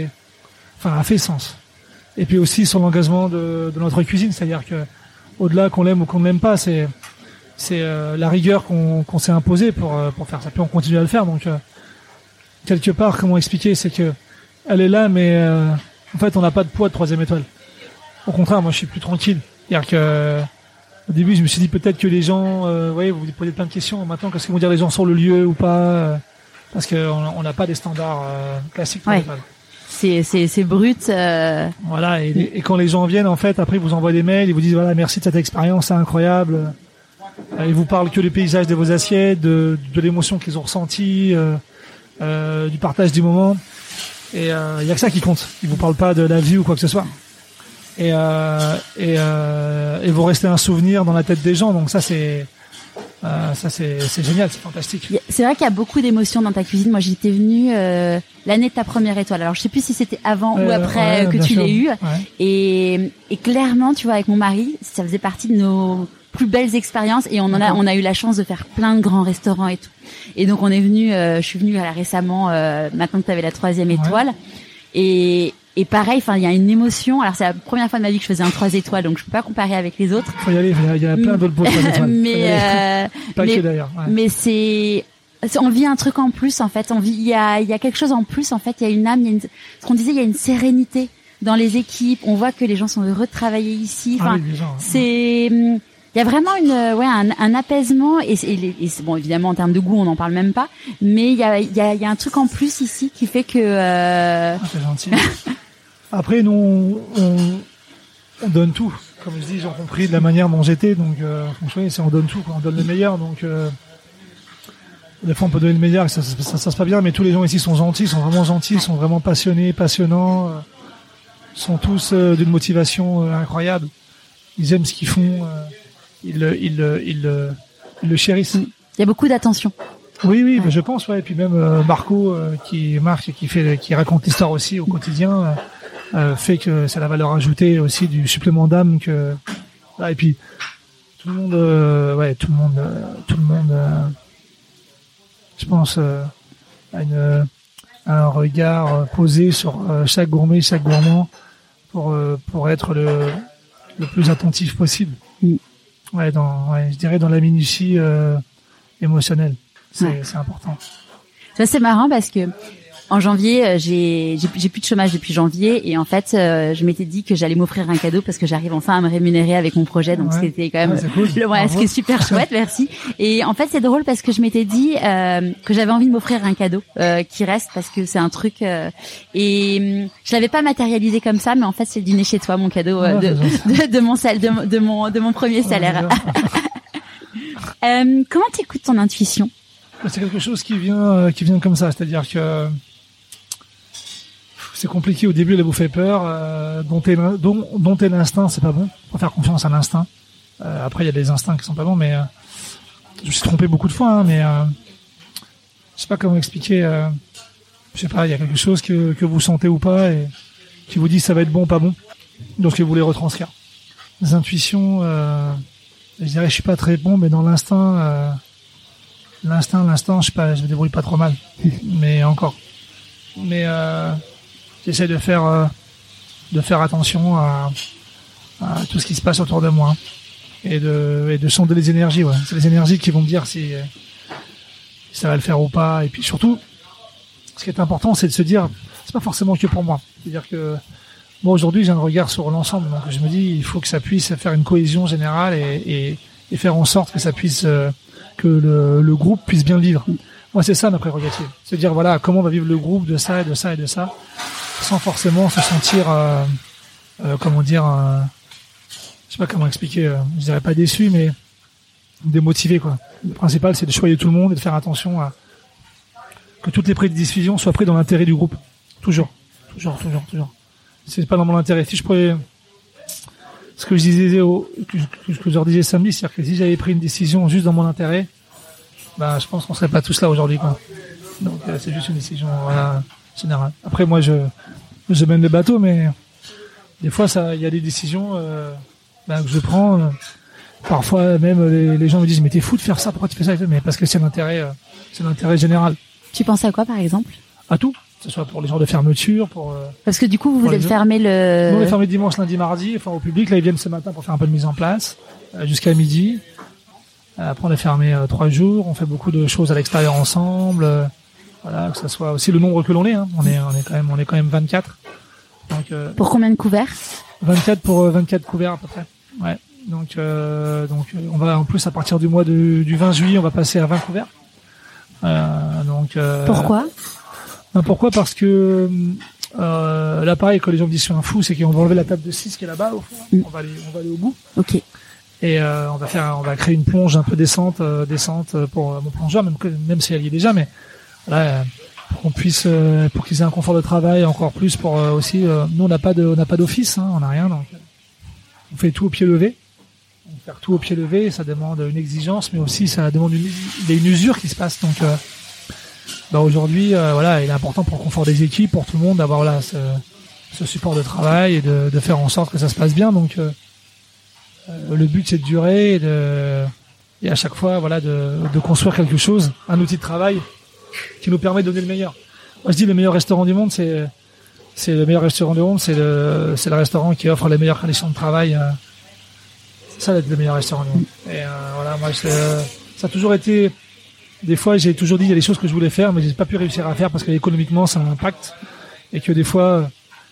a fait sens. Et puis aussi sur l'engagement de notre cuisine, c'est-à-dire que au-delà qu'on l'aime ou qu'on ne l'aime pas, c'est la rigueur qu'on s'est imposée pour faire ça. Puis on continue à le faire. Donc quelque part, comment expliquer, c'est que elle est là, mais en fait, on n'a pas de poids de 3e étoile. Au contraire, moi, je suis plus tranquille. C'est-à-dire que au début, je me suis dit peut-être que les gens, vous vous posez plein de questions. Maintenant, qu'est-ce qu'ils vont dire les gens sur le lieu ou pas parce qu'on n'a pas des standards classiques. Ouais. C'est brut. Voilà. Et quand les gens viennent, en fait, après, ils vous envoient des mails, ils vous disent voilà, merci de cette expérience, c'est incroyable. Ils vous parlent que du paysage de vos assiettes, de l'émotion qu'ils ont ressentie, du partage du moment. Et il y a que ça qui compte. Ils vous parlent pas de la vie ou quoi que ce soit. Et vous restez un souvenir dans la tête des gens. Donc ça c'est génial, c'est fantastique. C'est vrai qu'il y a beaucoup d'émotions dans ta cuisine. Moi, j'étais venue l'année de ta 1e étoile. Alors, je sais plus si c'était avant ou après que tu l'aies eu. Ouais. Et clairement, tu vois, avec mon mari, ça faisait partie de nos plus belles expériences. Et on a eu la chance de faire plein de grands restaurants et tout. Et donc, je suis venue récemment, maintenant que tu avais la 3e étoile. Et pareil, il y a une émotion. Alors c'est la première fois de ma vie que je faisais un 3 étoiles, donc je peux pas comparer avec les autres. Faut y aller, il y a plein d'autres beaux 3 étoiles. Mais on vit un truc en plus en fait. Il y a quelque chose en plus en fait. Il y a une âme, ce qu'on disait, il y a une sérénité dans les équipes. On voit que les gens sont heureux de travailler ici. Enfin, oui, déjà, c'est, il y a vraiment un apaisement et bon, évidemment en termes de goût, on n'en parle même pas. Mais il y a un truc en plus ici qui fait que. C'est gentil. Après, nous, on donne tout. Comme je dis, j'ai compris de la manière dont j'étais, donc franchement, c'est on donne tout, quoi. On donne le meilleur, donc des fois on peut donner le meilleur, et ça se passe pas bien, mais tous les gens ici sont gentils, sont vraiment gentils, sont vraiment passionnés, passionnants, sont tous d'une motivation incroyable. Ils aiment ce qu'ils font, ils le chérissent. Il y a beaucoup d'attention. Oui, je pense, ouais. Et puis même Marco, qui raconte l'histoire aussi au quotidien. Fait que c'est la valeur ajoutée aussi du supplément d'âme que et puis tout le monde je pense a un regard posé sur chaque gourmet, chaque gourmand pour être le plus attentif possible. Je dirais dans la minutie émotionnelle. C'est important. Ça c'est marrant parce que en janvier, j'ai plus de chômage depuis janvier et en fait, je m'étais dit que j'allais m'offrir un cadeau parce que j'arrive enfin à me rémunérer avec mon projet, donc c'était quand même cool. Ce qui est super chouette, merci. Et en fait, c'est drôle parce que je m'étais dit que j'avais envie de m'offrir un cadeau qui reste parce que c'est un truc et je l'avais pas matérialisé comme ça, mais en fait, c'est le dîner chez toi, mon cadeau de mon premier salaire. Comment t'écoutes ton intuition? C'est quelque chose qui vient comme ça, c'est-à-dire que c'est compliqué au début, elle vous fait peur, dompter l'instinct, c'est pas bon. Faut faire confiance à l'instinct. Après, il y a des instincts qui sont pas bons, mais je me suis trompé beaucoup de fois, mais je sais pas comment expliquer. Je sais pas, il y a quelque chose que vous sentez ou pas et qui vous dit ça va être bon ou pas bon, donc vous voulez retranscrire. Les intuitions, je dirais, je suis pas très bon, mais dans l'instinct, je sais pas, je me débrouille pas trop mal, mais encore. Mais j'essaie de faire attention à tout ce qui se passe autour de moi et de sonder les énergies. Ouais, c'est les énergies qui vont me dire si ça va le faire ou pas. Et puis surtout, ce qui est important, c'est de se dire, c'est pas forcément que pour moi. C'est-à-dire que moi aujourd'hui, j'ai un regard sur l'ensemble, donc je me dis, il faut que ça puisse faire une cohésion générale et faire en sorte que ça puisse que le groupe puisse bien vivre. Moi, c'est ça ma prérogative. Se dire, voilà, comment va vivre le groupe de ça et de ça et de ça, sans forcément se sentir, je sais pas comment expliquer, je dirais pas déçu, mais démotivé, quoi. Le principal, c'est de choyer tout le monde et de faire attention à que toutes les décisions soient prises dans l'intérêt du groupe. Toujours. C'est pas dans mon intérêt. Si je prenais, ce que je disais que je leur disais samedi, c'est-à-dire que si j'avais pris une décision juste dans mon intérêt, je pense qu'on serait pas tous là aujourd'hui, quoi. Donc c'est juste une décision générale. Après moi je mène le bateau, mais des fois il y a des décisions que je prends. Parfois même les gens me disent mais t'es fou de faire ça, pourquoi tu fais ça? Mais parce que c'est l'intérêt général. Tu penses à quoi par exemple? À tout. Que ce soit pour les jours de fermeture, parce que du coup vous êtes fermé Nous on est fermé dimanche, lundi, mardi, enfin au public. Là ils viennent ce matin pour faire un peu de mise en place jusqu'à midi. Après on est fermé 3 jours. On fait beaucoup de choses à l'extérieur ensemble. Voilà, que ça soit aussi le nombre que l'on est. Hein. On est quand même 24. Donc pour combien de couverts? 24 pour 24 couverts à peu près. Ouais. Donc on va en plus à partir du mois du 20 juillet on va passer à 20 couverts. Pourquoi? Pourquoi? Parce que là pareil, quand les gens me disent je suis un fou, c'est qu'on va enlever la table de 6 qui est là-bas au fond. On va aller au bout. Ok. Et on va créer une plonge un peu descente pour mon plongeur, même si elle y est déjà, mais voilà, pour qu'on puisse pour qu'ils aient un confort de travail encore plus, pour aussi nous on n'a pas d'office, hein, on n'a rien, donc on fait tout au pied levé. Faire tout au pied levé, ça demande une exigence, mais aussi ça demande il y a une usure qui se passe, donc aujourd'hui, il est important pour le confort des équipes, pour tout le monde, d'avoir ce support de travail et de faire en sorte que ça se passe bien. Donc, le but c'est de durer et à chaque fois, de construire quelque chose, un outil de travail qui nous permet de donner le meilleur. Moi, je dis le meilleur restaurant du monde, c'est le meilleur restaurant du monde, c'est le restaurant qui offre les meilleures conditions de travail. C'est ça le meilleur restaurant du monde. Et moi, ça a toujours été. Des fois, j'ai toujours dit il y a des choses que je voulais faire, mais j'ai pas pu réussir à faire parce que économiquement, ça a un impact et que des fois,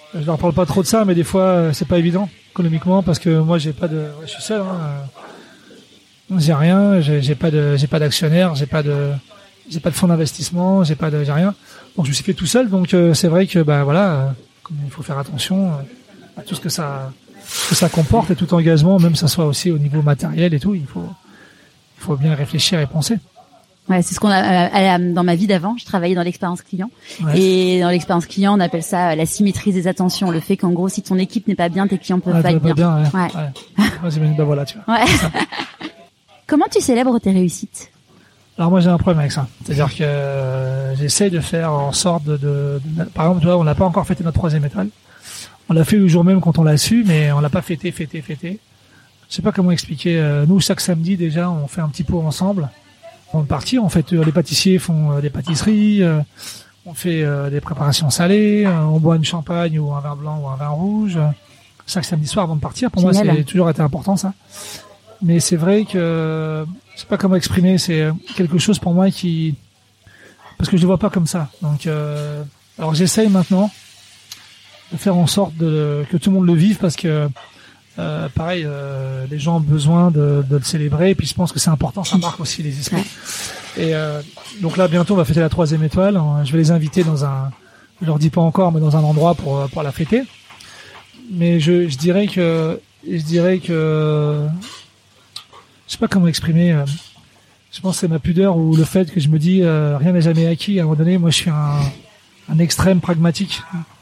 Je leur parle pas trop de ça, mais des fois, c'est pas évident économiquement parce que moi, je suis seul. J'ai rien, j'ai pas d'actionnaire, j'ai pas de fonds d'investissement, j'ai rien. Donc je me suis fait tout seul. Donc c'est vrai que il faut faire attention à tout ce que ça comporte et tout engagement, même ça soit aussi au niveau matériel et tout. Il faut bien réfléchir et penser. Ouais, c'est ce qu'on a dans ma vie d'avant. Je travaillais dans l'expérience client. Ouais. Et dans l'expérience client, on appelle ça la symétrie des attentions. Le fait qu'en gros, si ton équipe n'est pas bien, tes clients peuvent pas être bien. Voilà, tu vois. Ouais. Comment tu célèbres tes réussites? Alors moi, j'ai un problème avec ça. C'est-à-dire que j'essaie de faire en sorte par exemple, tu vois, on n'a pas encore fêté notre 3e étoile. On l'a fait le jour même quand on l'a su, mais on l'a pas fêté. Je sais pas comment expliquer. Nous, chaque samedi, déjà, on fait un petit pot ensemble. Avant de partir, en fait, les pâtissiers font des pâtisseries, on fait des préparations salées, on boit une champagne ou un vin blanc ou un vin rouge chaque samedi soir avant de partir. Pour moi, c'est toujours été important, ça. Mais c'est vrai que je sais pas comment exprimer, c'est quelque chose pour moi parce que je le vois pas comme ça. Donc, alors j'essaye maintenant de faire en sorte que tout le monde le vive parce que pareil, les gens ont besoin de le célébrer, et puis je pense que c'est important, ça marque aussi les esprits. Et donc là, bientôt, on va fêter la 3e étoile. Je vais les inviter je leur dis pas encore, mais dans un endroit pour la fêter. Mais je dirais que, je sais pas comment exprimer. Je pense que c'est ma pudeur ou le fait que je me dis rien n'est jamais acquis. À un moment donné, moi, je suis un extrême pragmatique.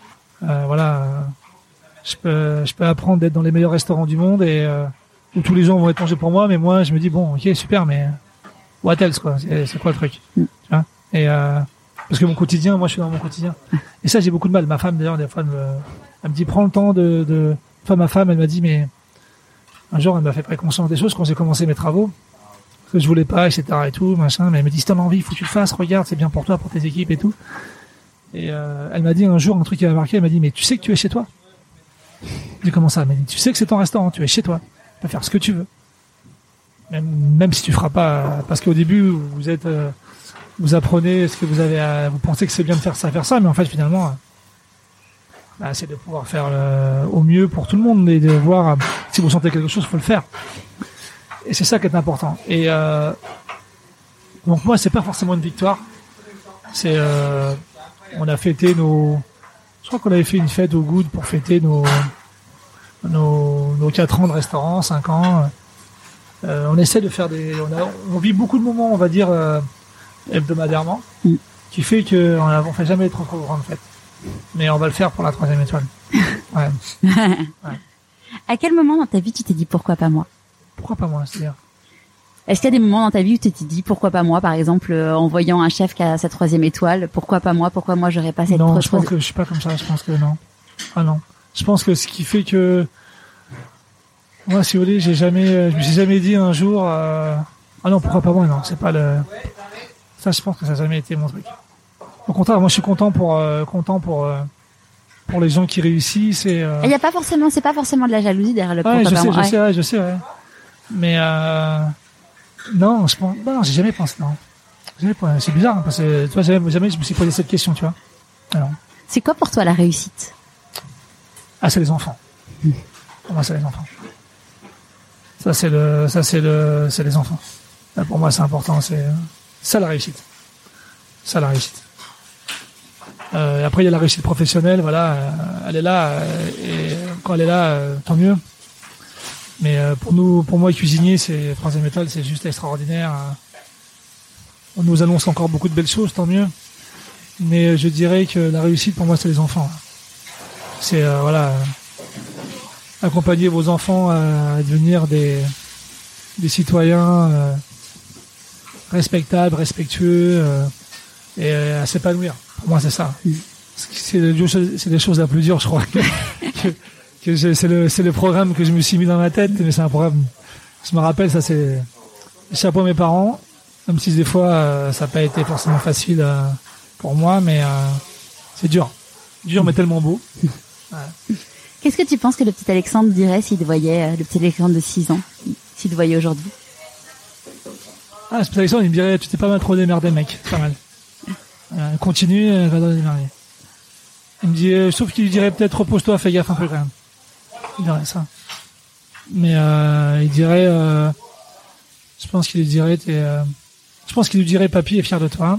Je peux apprendre d'être dans les meilleurs restaurants du monde et où tous les gens vont être mangés pour moi, mais moi je me dis bon, ok, super, mais what else quoi, c'est quoi le truc, tu vois? Et parce que mon quotidien, moi je suis dans mon quotidien. Et ça, j'ai beaucoup de mal. Ma femme d'ailleurs, des fois, elle me dit prends le temps Enfin, ma femme, elle m'a dit, mais un jour elle m'a fait prendre conscience des choses quand j'ai commencé mes travaux, parce que je voulais pas, etc. et tout, machin. Mais elle me dit si t'en as envie, faut que tu le fasses. Regarde, c'est bien pour toi, pour tes équipes et tout. Et elle m'a dit un jour un truc qui m'a marqué. Elle m'a dit mais tu sais que tu es chez toi. J'ai comment ça? Elle m'a dit tu sais que c'est ton restaurant, tu es chez toi, tu peux faire ce que tu veux. Même si tu feras pas, parce qu'au début vous apprenez ce que vous avez vous pensez que c'est bien de faire ça, mais en fait finalement c'est de pouvoir faire au mieux pour tout le monde et de voir si vous sentez quelque chose, faut le faire. Et c'est ça qui est important. Et donc moi c'est pas forcément une victoire, c'est on a fêté je crois qu'on avait fait une fête au Good pour fêter nos 4 ans de restaurant, 5 ans. On essaie de faire on vit beaucoup de moments, on va dire, hebdomadairement, qui fait qu'on fait jamais trop grandes fêtes. Mais on va le faire pour la 3e étoile. Ouais. Ouais. À quel moment dans ta vie tu t'es dit pourquoi pas moi? Pourquoi pas moi, c'est-à-dire? Est-ce qu'il y a des moments dans ta vie où tu t'es dit pourquoi pas moi, par exemple en voyant un chef qui a sa 3e étoile, pourquoi pas moi j'aurais pas cette? Non, je pense que je suis pas comme ça, je pense que non. Ah non. Je pense que ce qui fait que moi, si vous voulez, je me suis jamais dit un jour ah non, pourquoi pas moi, non, c'est pas ça, je pense que ça n'a jamais été mon truc. Au contraire, moi je suis content pour les gens qui réussissent et il y a pas forcément, c'est pas forcément de la jalousie derrière le pourquoi pas moi. Je sais, ouais. Mais non, j'ai jamais pensé, non. C'est bizarre, parce que, tu vois, jamais je me suis posé cette question, tu vois. Alors. C'est quoi pour toi la réussite? Ah, c'est les enfants. Pour moi, c'est les enfants. C'est les enfants. Là, pour moi, c'est important, c'est ça la réussite. Après, il y a la réussite professionnelle, voilà, elle est là, et quand elle est là, tant mieux. Mais pour moi, cuisinier, c'est 3e étoile, c'est juste extraordinaire. On nous annonce encore beaucoup de belles choses, tant mieux. Mais je dirais que la réussite, pour moi, c'est les enfants. C'est accompagner vos enfants à devenir des citoyens respectables, respectueux et à s'épanouir. Pour moi, c'est ça. C'est les choses la plus dure, je crois. C'est le programme que je me suis mis dans ma tête, mais c'est un programme. Je me rappelle, ça c'est chapeau à mes parents, même si des fois ça n'a pas été forcément facile pour moi, mais c'est dur, mais tellement beau. Ouais. Qu'est-ce que tu penses que le petit Alexandre dirait s'il te voyait, le petit Alexandre de 6 ans, s'il te voyait aujourd'hui? Ah, ce petit Alexandre, il me dirait, tu t'es pas mal trop démerdé, mec, c'est pas mal. Continue, va dans les merveilles. Il me dit, sauf qu'il lui dirait peut-être repose-toi, fais gaffe un peu quand même. Il dirait ça. Mais il dirait, je pense qu'il lui dirait, papy est fier de toi.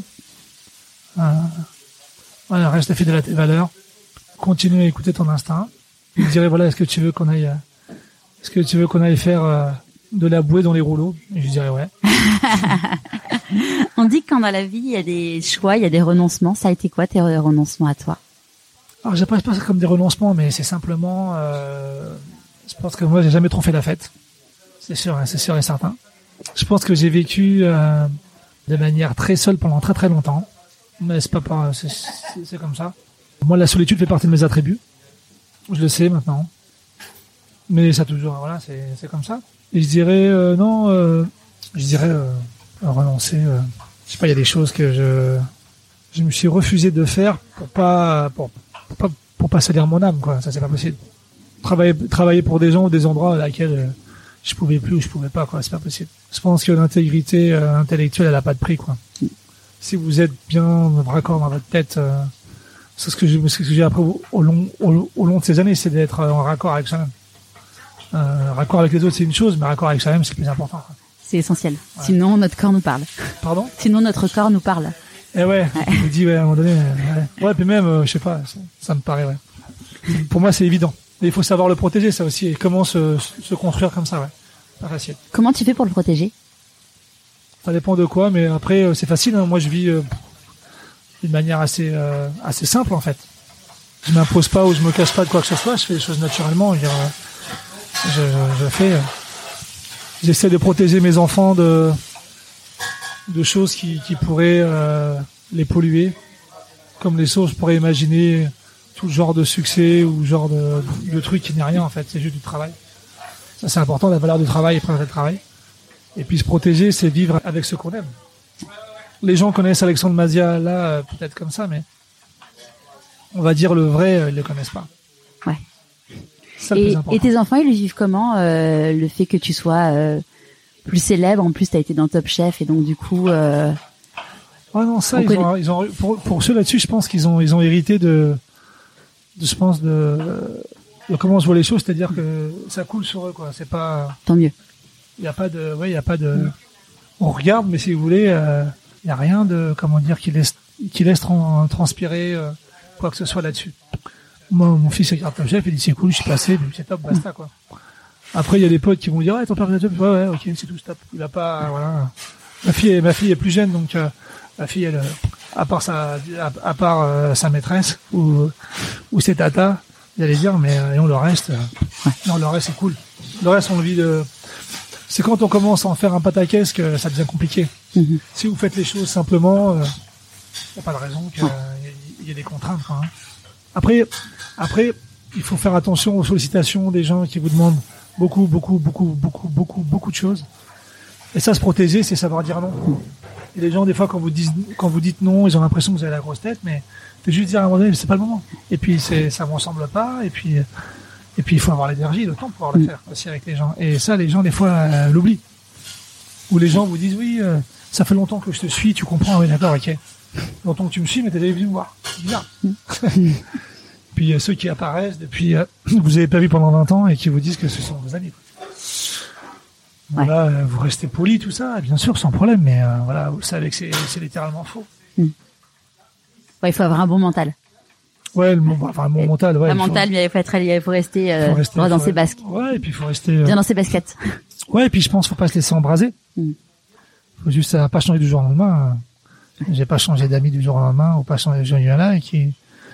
Voilà, reste fidèle à tes valeurs. Continue à écouter ton instinct. Il lui dirait, voilà, est-ce que tu veux qu'on aille faire de la bouée dans les rouleaux? Et je dirais ouais. On dit que quand dans la vie, il y a des choix, il y a des renoncements. Ça a été quoi tes renoncements à toi? Alors, j'appelle pas ça comme des renoncements, mais c'est simplement, je pense que moi, j'ai jamais trop fait la fête. C'est sûr et certain. Je pense que j'ai vécu de manière très seule pendant très très longtemps. Mais c'est comme ça. Moi, la solitude fait partie de mes attributs. Je le sais maintenant. Mais ça toujours, voilà, c'est comme ça. Et je dirais renoncer. Je sais pas, il y a des choses que je me suis refusé de faire pour pas salir mon âme, quoi. Ça, c'est pas possible. Travailler pour des gens ou des endroits à laquelle je pouvais plus ou je pouvais pas, quoi. C'est pas possible. Je pense que l'intégrité intellectuelle, elle a pas de prix, quoi. Si vous êtes bien raccord dans votre tête, c'est ce que j'ai appris au long de ces années, c'est d'être en raccord avec soi-même. Raccord avec les autres, c'est une chose, mais raccord avec soi-même, c'est le plus important, quoi. C'est essentiel. Ouais. Sinon, notre corps nous parle. Pardon? Sinon, notre corps nous parle. Eh ouais. Je me dis, ouais, à un moment donné, ouais, puis même, je sais pas, ça me paraît, ouais. Pour moi, c'est évident. Mais il faut savoir le protéger, ça aussi, et comment se construire comme ça, ouais. Pas facile. Comment tu fais pour le protéger? Ça dépend de quoi, mais après, c'est facile, hein. Moi, je vis d'une manière assez simple, en fait. Je m'impose pas ou je me cache pas de quoi que ce soit, je fais les choses naturellement, je fais, j'essaie de protéger mes enfants de choses qui pourraient les polluer, comme les choses, je pourrais imaginer tout genre de succès ou genre de trucs qui n'est rien, en fait, c'est juste du travail. Ça, c'est important, la valeur du travail et préserver le travail. Et puis se protéger, c'est vivre avec ce qu'on aime. Les gens connaissent Alexandre Mazia là, peut-être comme ça, mais on va dire le vrai, ils le connaissent pas. Ouais. Et tes enfants, ils le vivent comment, le fait que tu sois plus célèbre? En plus, t'as été dans Top Chef et donc du coup. Ouais, non, ça, ils ont pour ceux là-dessus, je pense qu'ils ont hérité de comment je vois les choses, c'est-à-dire que ça coule sur eux, quoi. C'est pas. Tant mieux. Il y a pas de. On regarde, mais si vous voulez, il y a rien de, comment dire, qui laisse transpirer quoi que ce soit là-dessus. Moi, mon fils regarde Top Chef, il dit c'est cool, je suis passé, mais c'est top, basta, quoi. Après, il y a des potes qui vont dire, ouais, ton père est top, ouais, ok, c'est tout, stop. Il a pas, voilà. Ma fille est plus jeune, donc, ma fille, elle, à part sa maîtresse, ou ses tatas, j'allais dire, mais, non, le reste, c'est cool. Le reste, on vit c'est quand on commence à en faire un pataquès que ça devient compliqué. Mm-hmm. Si vous faites les choses simplement, y a pas de raison qu'il y ait des contraintes, quoi, hein. Après, il faut faire attention aux sollicitations des gens qui vous demandent beaucoup de choses. Et ça, se protéger, c'est savoir dire non. Et les gens, des fois, quand vous dites non, ils ont l'impression que vous avez la grosse tête, mais faut juste dire à un moment donné, c'est pas le moment. Et puis, ça me ressemble pas, et puis, il faut avoir l'énergie, le temps pour pouvoir le faire aussi avec les gens. Et ça, les gens, des fois, l'oublient. Ou les gens vous disent, oui, ça fait longtemps que je te suis, tu comprends, oui, d'accord, ok. Longtemps que tu me suis, mais t'es jamais venu me voir. C'est bizarre. Puis ceux qui apparaissent depuis vous avez pas vu pendant 20 ans et qui vous disent que ce sont vos amis. Voilà, vous restez poli, tout ça, bien sûr, sans problème, mais voilà, vous savez que c'est littéralement faux. Ouais, il faut avoir un bon mental. Ouais, un bon mental, ouais. Un mental, mais il faut rester droit dans ses basques. Ouais, et puis il faut rester bien dans ses baskets. Ouais, et puis je pense qu'il faut pas se laisser embraser. Faut juste, ça va pas changer du jour au lendemain. J'ai pas changé d'amis du jour au lendemain, ou pas changé de gens, il y en a qui.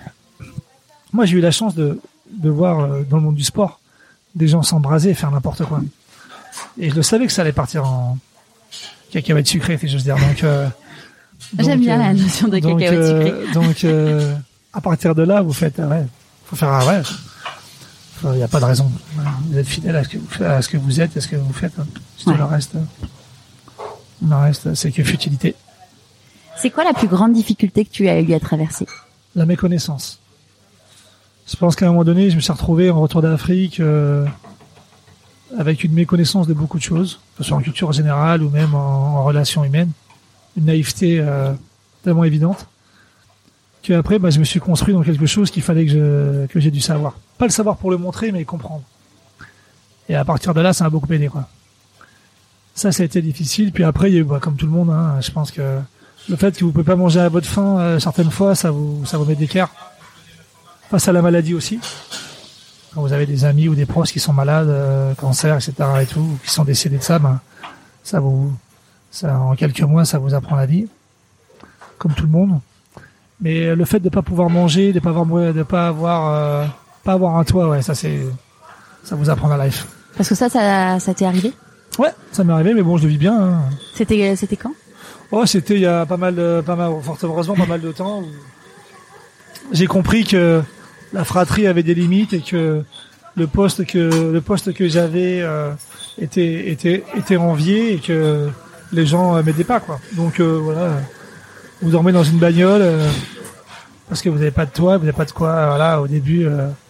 Moi, j'ai eu la chance de voir dans le monde du sport des gens s'embraser et faire n'importe quoi. Et je le savais que ça allait partir en cacahuètes sucrées, si j'ose dire. Donc, j'aime bien la notion de cacahuètes sucrées. Donc, à partir de là, vous faites, faut faire, il n'y a pas de raison. Vous êtes fidèle à ce que vous êtes, à ce que vous faites. Le reste, c'est que futilité. C'est quoi la plus grande difficulté que tu as eu à traverser? La méconnaissance. Je pense qu'à un moment donné, je me suis retrouvé en retour d'Afrique avec une méconnaissance de beaucoup de choses, que ce soit en culture générale ou même en relations humaines. Une naïveté tellement évidente. que après, je me suis construit dans quelque chose qu'il fallait que j'ai dû savoir. Pas le savoir pour le montrer, mais comprendre. Et à partir de là, ça m'a beaucoup aidé, quoi. Ça a été difficile. Puis après, il y a eu, comme tout le monde, hein, je pense que le fait que vous pouvez pas manger à votre faim, certaines fois, ça vous met d'écart. Face à la maladie aussi. Quand vous avez des amis ou des proches qui sont malades, cancer, etc. et tout, ou qui sont décédés de ça, ça en quelques mois, ça vous apprend la vie. Comme tout le monde. Mais le fait de pas pouvoir manger, de pas avoir un toit, ouais, ça vous apprend la life. Parce que ça t'est arrivé? Ouais, ça m'est arrivé, mais bon, je le vis bien. Hein. C'était quand? Oh, c'était il y a fort heureusement, pas mal de temps. Où j'ai compris que la fratrie avait des limites et que le poste que j'avais était envié et que les gens m'aidaient pas, quoi. Donc voilà, vous dormez dans une bagnole parce que vous n'avez pas de toit, vous n'avez pas de quoi, voilà, au début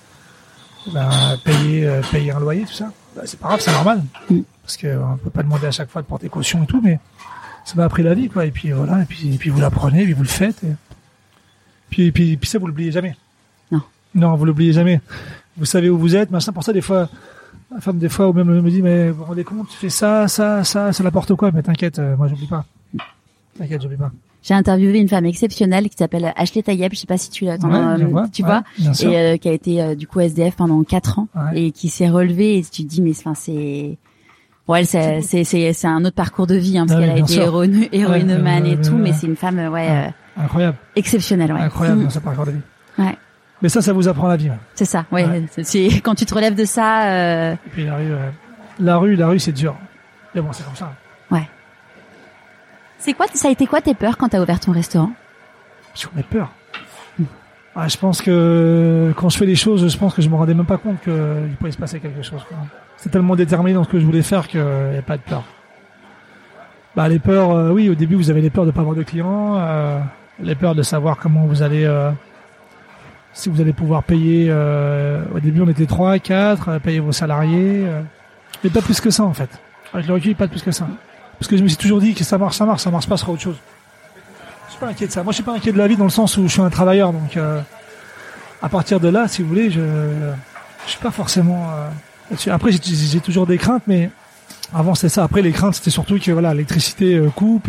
payer un loyer, tout ça. C'est pas grave, c'est normal. Parce que on peut pas demander à chaque fois de porter caution et tout, mais ça m'a appris la vie, quoi. Et puis voilà, et puis vous l'apprenez, puis vous le faites. Et puis ça, vous l'oubliez jamais. Non, vous l'oubliez jamais. Vous savez où vous êtes, machin. Pour ça, des fois, ma femme, ou même me dit, mais vous vous rendez compte, tu fais ça, c'est n'importe quoi. Mais t'inquiète, moi j'oublie pas. J'ai interviewé une femme exceptionnelle qui s'appelle Ashley Tayeb, je sais pas si tu vois, et qui a été du coup SDF pendant 4 ans et qui s'est relevée, et tu te dis mais c'est c'est un autre parcours de vie, hein, parce qu'elle a été héroïnomane et tout, mais c'est une femme incroyable, exceptionnelle, incroyable dans ce parcours de vie. Ouais. Mais ça vous apprend la vie. Ouais. C'est ça, c'est quand tu te relèves de ça. Et puis la rue c'est dur. Mais bon, c'est comme ça. Ouais. Ça a été quoi tes peurs quand t'as ouvert ton restaurant? J'en ai peur. Ouais, je pense que quand je fais les choses, je pense que je me rendais même pas compte qu'il pouvait se passer quelque chose, quoi. C'est tellement déterminé dans ce que je voulais faire qu'il n'y a pas de peur. Les peurs, oui, au début vous avez les peurs de pas avoir de clients, les peurs de savoir comment vous allez, si vous allez pouvoir payer. Au début on était 3, 4, payer vos salariés, mais pas plus que ça en fait. Avec le recul, pas plus que ça. Parce que je me suis toujours dit que ça marche pas, ce sera autre chose. Je suis pas inquiet de ça. Moi, je suis pas inquiet de la vie dans le sens où je suis un travailleur. Donc, à partir de là, si vous voulez, je suis pas forcément là-dessus. Après, j'ai toujours des craintes, mais avant c'était ça. Après, les craintes, c'était surtout que voilà, l'électricité coupe.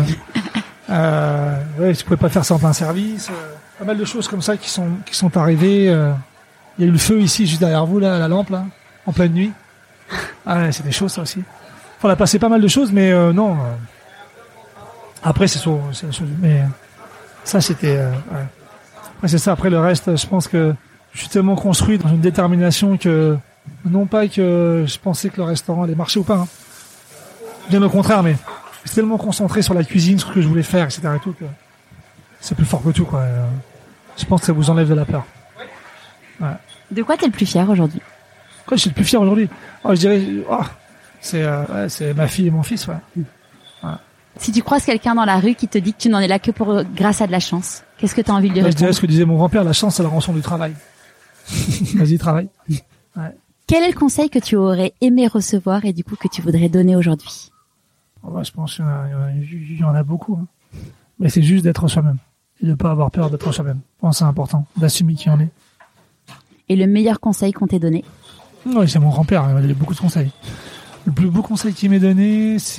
Je pouvais pas faire certains services. Pas mal de choses comme ça qui sont arrivées. Il y a eu le feu ici, juste derrière vous, là, la lampe, là, en pleine nuit. Ah ouais, c'était chaud ça aussi. On a passé pas mal de choses, mais non. Après, c'est mais ça, c'était. Ouais. Après, c'est ça. Après, le reste, je pense que je suis tellement construit dans une détermination que non pas que je pensais que le restaurant allait marcher ou pas. Hein. Bien au contraire, mais je suis tellement concentré sur la cuisine, sur ce que je voulais faire, etc. et tout, que c'est plus fort que tout, quoi. Je pense que ça vous enlève de la peur. Ouais. De quoi t'es le plus fier aujourd'hui? Quoi, je suis le plus fier aujourd'hui? Je dirais. C'est ma fille et mon fils, ouais. Si tu croises quelqu'un dans la rue qui te dit que tu n'en es là que grâce à de la chance, qu'est-ce que tu as envie de lui répondre? Je dirais ce que disait mon grand-père, la chance, c'est la rançon du travail. Vas-y, travaille. Ouais. Quel est le conseil que tu aurais aimé recevoir et du coup que tu voudrais donner aujourd'hui? Je pense qu'il y en a beaucoup. Hein. Mais c'est juste d'être soi-même. Et de pas avoir peur d'être soi-même. Je pense que c'est important, d'assumer qui on est. Et le meilleur conseil qu'on t'ait donné? Oui, c'est mon grand-père, il m'a donné beaucoup de conseils. Le plus beau conseil qu'il m'ait donné, c'est...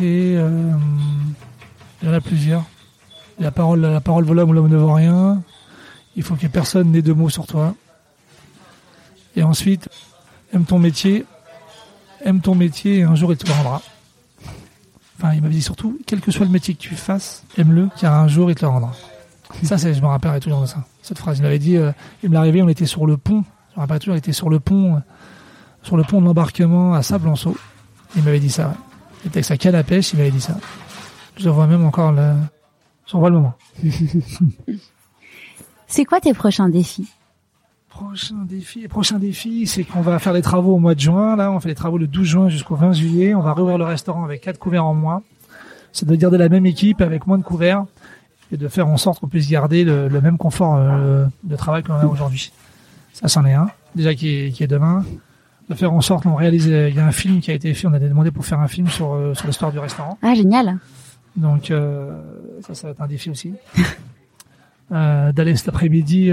il y en a plusieurs. La parole vaut l'homme ou l'homme ne vaut rien. Il faut que personne n'ait 2 mots sur toi. Et ensuite, aime ton métier et un jour il te le rendra. Enfin, il m'avait dit surtout, quel que soit le métier que tu fasses, aime-le, car un jour il te le rendra. Ça, je me rappellerai toujours de ça. Cette phrase, il m'avait dit, il me l'a arrivé, on était sur le pont. Je me rappelle toujours, on était sur le pont de l'embarquement à Sablanceau. Il m'avait dit ça. Ouais. Il était avec sa canne à pêche, il m'avait dit ça. Je vois même encore j'en vois le moment. C'est quoi tes prochains défis? Prochain défi, c'est qu'on va faire les travaux au mois de juin. Là, on fait les travaux le 12 juin jusqu'au 20 juillet. On va rouvrir le restaurant avec 4 couverts en moins. C'est de garder la même équipe avec moins de couverts et de faire en sorte qu'on puisse garder le même confort de travail qu'on a aujourd'hui. Ça, c'en est un. Déjà qui est demain. De faire en sorte qu'on réalise. Il y a un film qui a été fait. On a demandé pour faire un film sur l'histoire du restaurant. Ah, génial. Donc ça va être un défi aussi. d'aller cet après-midi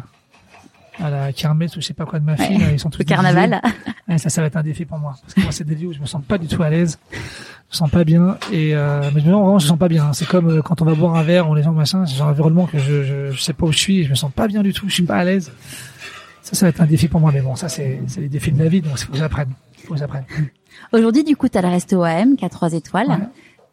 à la kermesse ou je sais pas quoi de ma fille. Là, ils sont tous le carnaval. Ouais, ça va être un défi pour moi. Parce que moi, c'est des lieux où je me sens pas du tout à l'aise. Je me sens pas bien. Et mais vraiment, je me sens pas bien. C'est comme quand on va boire un verre, on les gens machin. C'est un environnement que je sais pas où je suis. Et je me sens pas bien du tout. Je suis pas à l'aise. Ça va être un défi pour moi. Mais bon, ça c'est les défis de la vie. Donc il faut que j'apprenne. Aujourd'hui, du coup, t'as le resto AM qui a 3 étoiles. Ouais.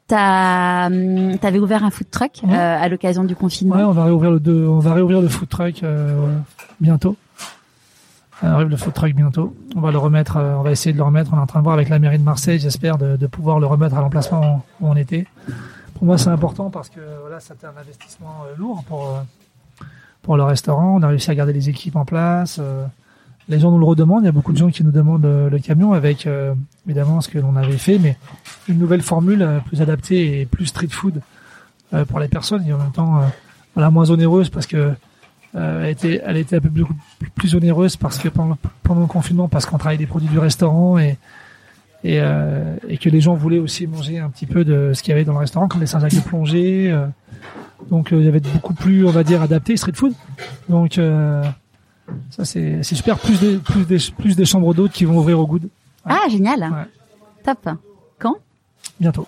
T'avais ouvert un food truck à l'occasion du confinement. Ouais, on va réouvrir le food truck bientôt. On arrive le food truck bientôt. On va le remettre, on va essayer de le remettre. On est en train de voir avec la mairie de Marseille, j'espère, de pouvoir le remettre à l'emplacement où on était. Pour moi, c'est important parce que voilà, c'était un investissement lourd pour le restaurant. On a réussi à garder les équipes en place. Les gens nous le redemandent. Il y a beaucoup de gens qui nous demandent le camion avec évidemment ce que l'on avait fait, mais une nouvelle formule plus adaptée et plus street food pour les personnes et en même temps voilà, moins onéreuse parce que elle était un peu plus onéreuse parce que pendant le confinement, parce qu'on travaillait des produits du restaurant et que les gens voulaient aussi manger un petit peu de ce qu'il y avait dans le restaurant, comme les Saint-Jacques de plongée. Donc il y avait beaucoup plus, on va dire, adapté street food. Donc ça c'est super. Plus des chambres d'hôtes qui vont ouvrir au Good. Ouais. Ah génial. Ouais. Top. Quand? Bientôt.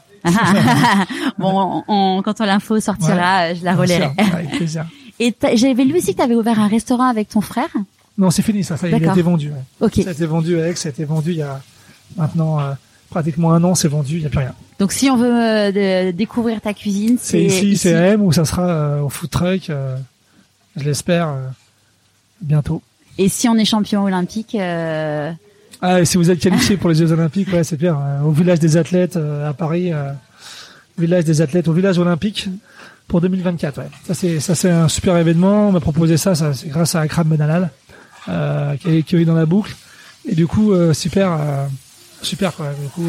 Bon, quand l'info sortira, je la relayerai. Avec plaisir. Et j'avais lu aussi que tu avais ouvert un restaurant avec ton frère. Non, c'est fini ça il a été vendu. Ouais. Okay. Ça a été vendu il y a maintenant pratiquement 1 an, c'est vendu, il n'y a plus rien. Donc si on veut découvrir ta cuisine, c'est ici, c'est AM ou ça sera au food truck, je l'espère bientôt. Et si on est champion olympique et si vous êtes qualifié pour les Jeux Olympiques, ouais, c'est bien. Au village des athlètes à Paris, au village olympique pour 2024. Ouais. Ça c'est un super événement. On m'a proposé ça c'est grâce à Akram Ben Halal qui est dans la boucle. Et du coup, super quoi. Du coup,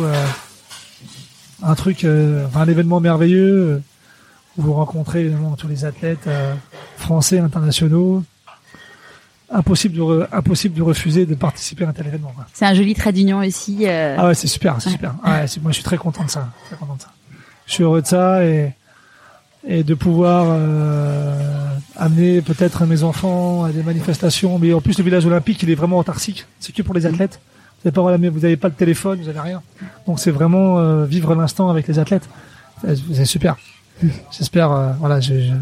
un événement merveilleux où vous rencontrez évidemment tous les athlètes français, internationaux. Impossible de refuser de participer à un tel événement. Quoi. C'est un joli trait d'union aussi. Ah ouais, c'est super. Ouais, moi, je suis très content de ça. Je suis heureux de ça et de pouvoir amener peut-être mes enfants à des manifestations. Mais en plus, le village olympique, il est vraiment autarcique. C'est que pour les athlètes. Vous n'avez pas le téléphone, vous n'avez rien. Donc c'est vraiment vivre l'instant avec les athlètes. C'est super. J'espère. Voilà,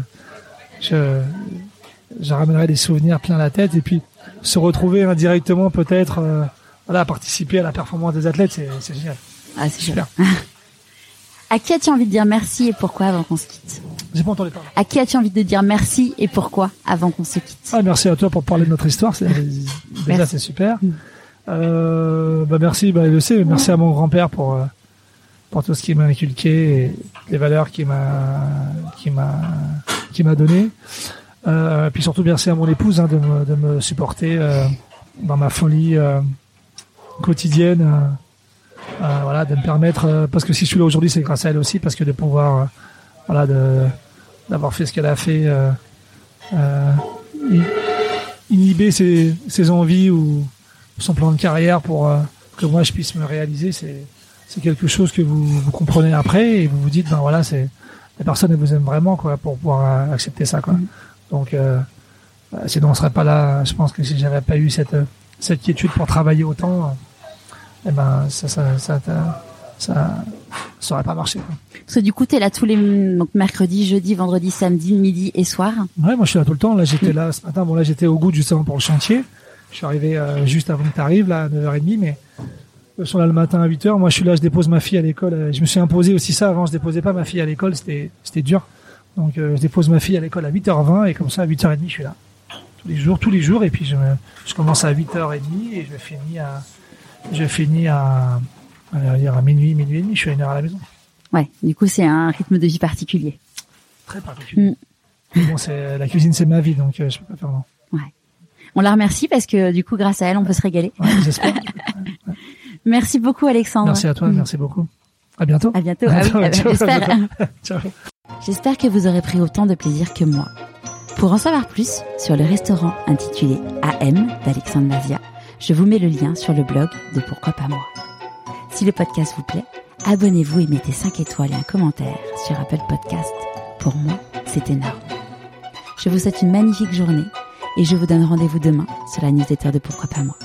je ramènerai des souvenirs plein la tête et puis se retrouver indirectement peut-être participer à la performance des athlètes, c'est génial. Ah, c'est super. À qui as-tu envie de dire merci et pourquoi avant qu'on se quitte? J'ai pas entendu parler. À qui as-tu envie de dire merci et pourquoi avant qu'on se quitte? Merci à toi pour parler de notre histoire, déjà c'est super. Merci, je sais, merci à mon grand-père pour tout ce qu'il m'a inculqué et les valeurs qu'il m'a donné. Puis surtout merci à mon épouse de me supporter dans ma folie quotidienne, de me permettre parce que si je suis là aujourd'hui c'est grâce à elle aussi, parce que de pouvoir d'avoir fait ce qu'elle a fait, inhiber ses envies ou son plan de carrière pour que moi je puisse me réaliser, c'est quelque chose que vous comprenez après et vous vous dites c'est la personne elle vous aime vraiment quoi pour pouvoir accepter ça quoi. Donc sinon on serait pas là. Je pense que si j'avais pas eu cette quiétude pour travailler autant, ça aurait pas marché quoi. Parce que du coup t'es là tous les mercredi, jeudi, vendredi, samedi, midi et soir. Ouais, moi je suis là tout le temps. Là j'étais là ce matin. Bon là j'étais au Good justement pour le chantier. Je suis arrivé juste avant que t'arrives là à 9h30, mais ils sont là le matin à 8h. Moi je suis là, je dépose ma fille à l'école. Je me suis imposé aussi ça. Avant je déposais pas ma fille à l'école, c'était dur. Donc je dépose ma fille à l'école à 8h20 et comme ça à 8h30 je suis là. Tous les jours et puis je commence à 8h30 et je finis à minuit et demi, je suis à 1h à la maison. Ouais, du coup c'est un rythme de vie particulier. Très particulier. Bon, la cuisine c'est ma vie donc je peux pas faire non. Ouais. On la remercie parce que du coup grâce à elle on peut se régaler. Ouais, j'espère. Ouais. Merci beaucoup Alexandre. Merci à toi, merci beaucoup. À bientôt. À bientôt. Ah oui, j'espère. Ciao. J'espère que vous aurez pris autant de plaisir que moi. Pour en savoir plus sur le restaurant intitulé AM d'Alexandre Mazia, je vous mets le lien sur le blog de Pourquoi pas moi. Si le podcast vous plaît, abonnez-vous et mettez 5 étoiles et un commentaire sur Apple Podcast. Pour moi, c'est énorme. Je vous souhaite une magnifique journée et je vous donne rendez-vous demain sur la newsletter de Pourquoi pas moi.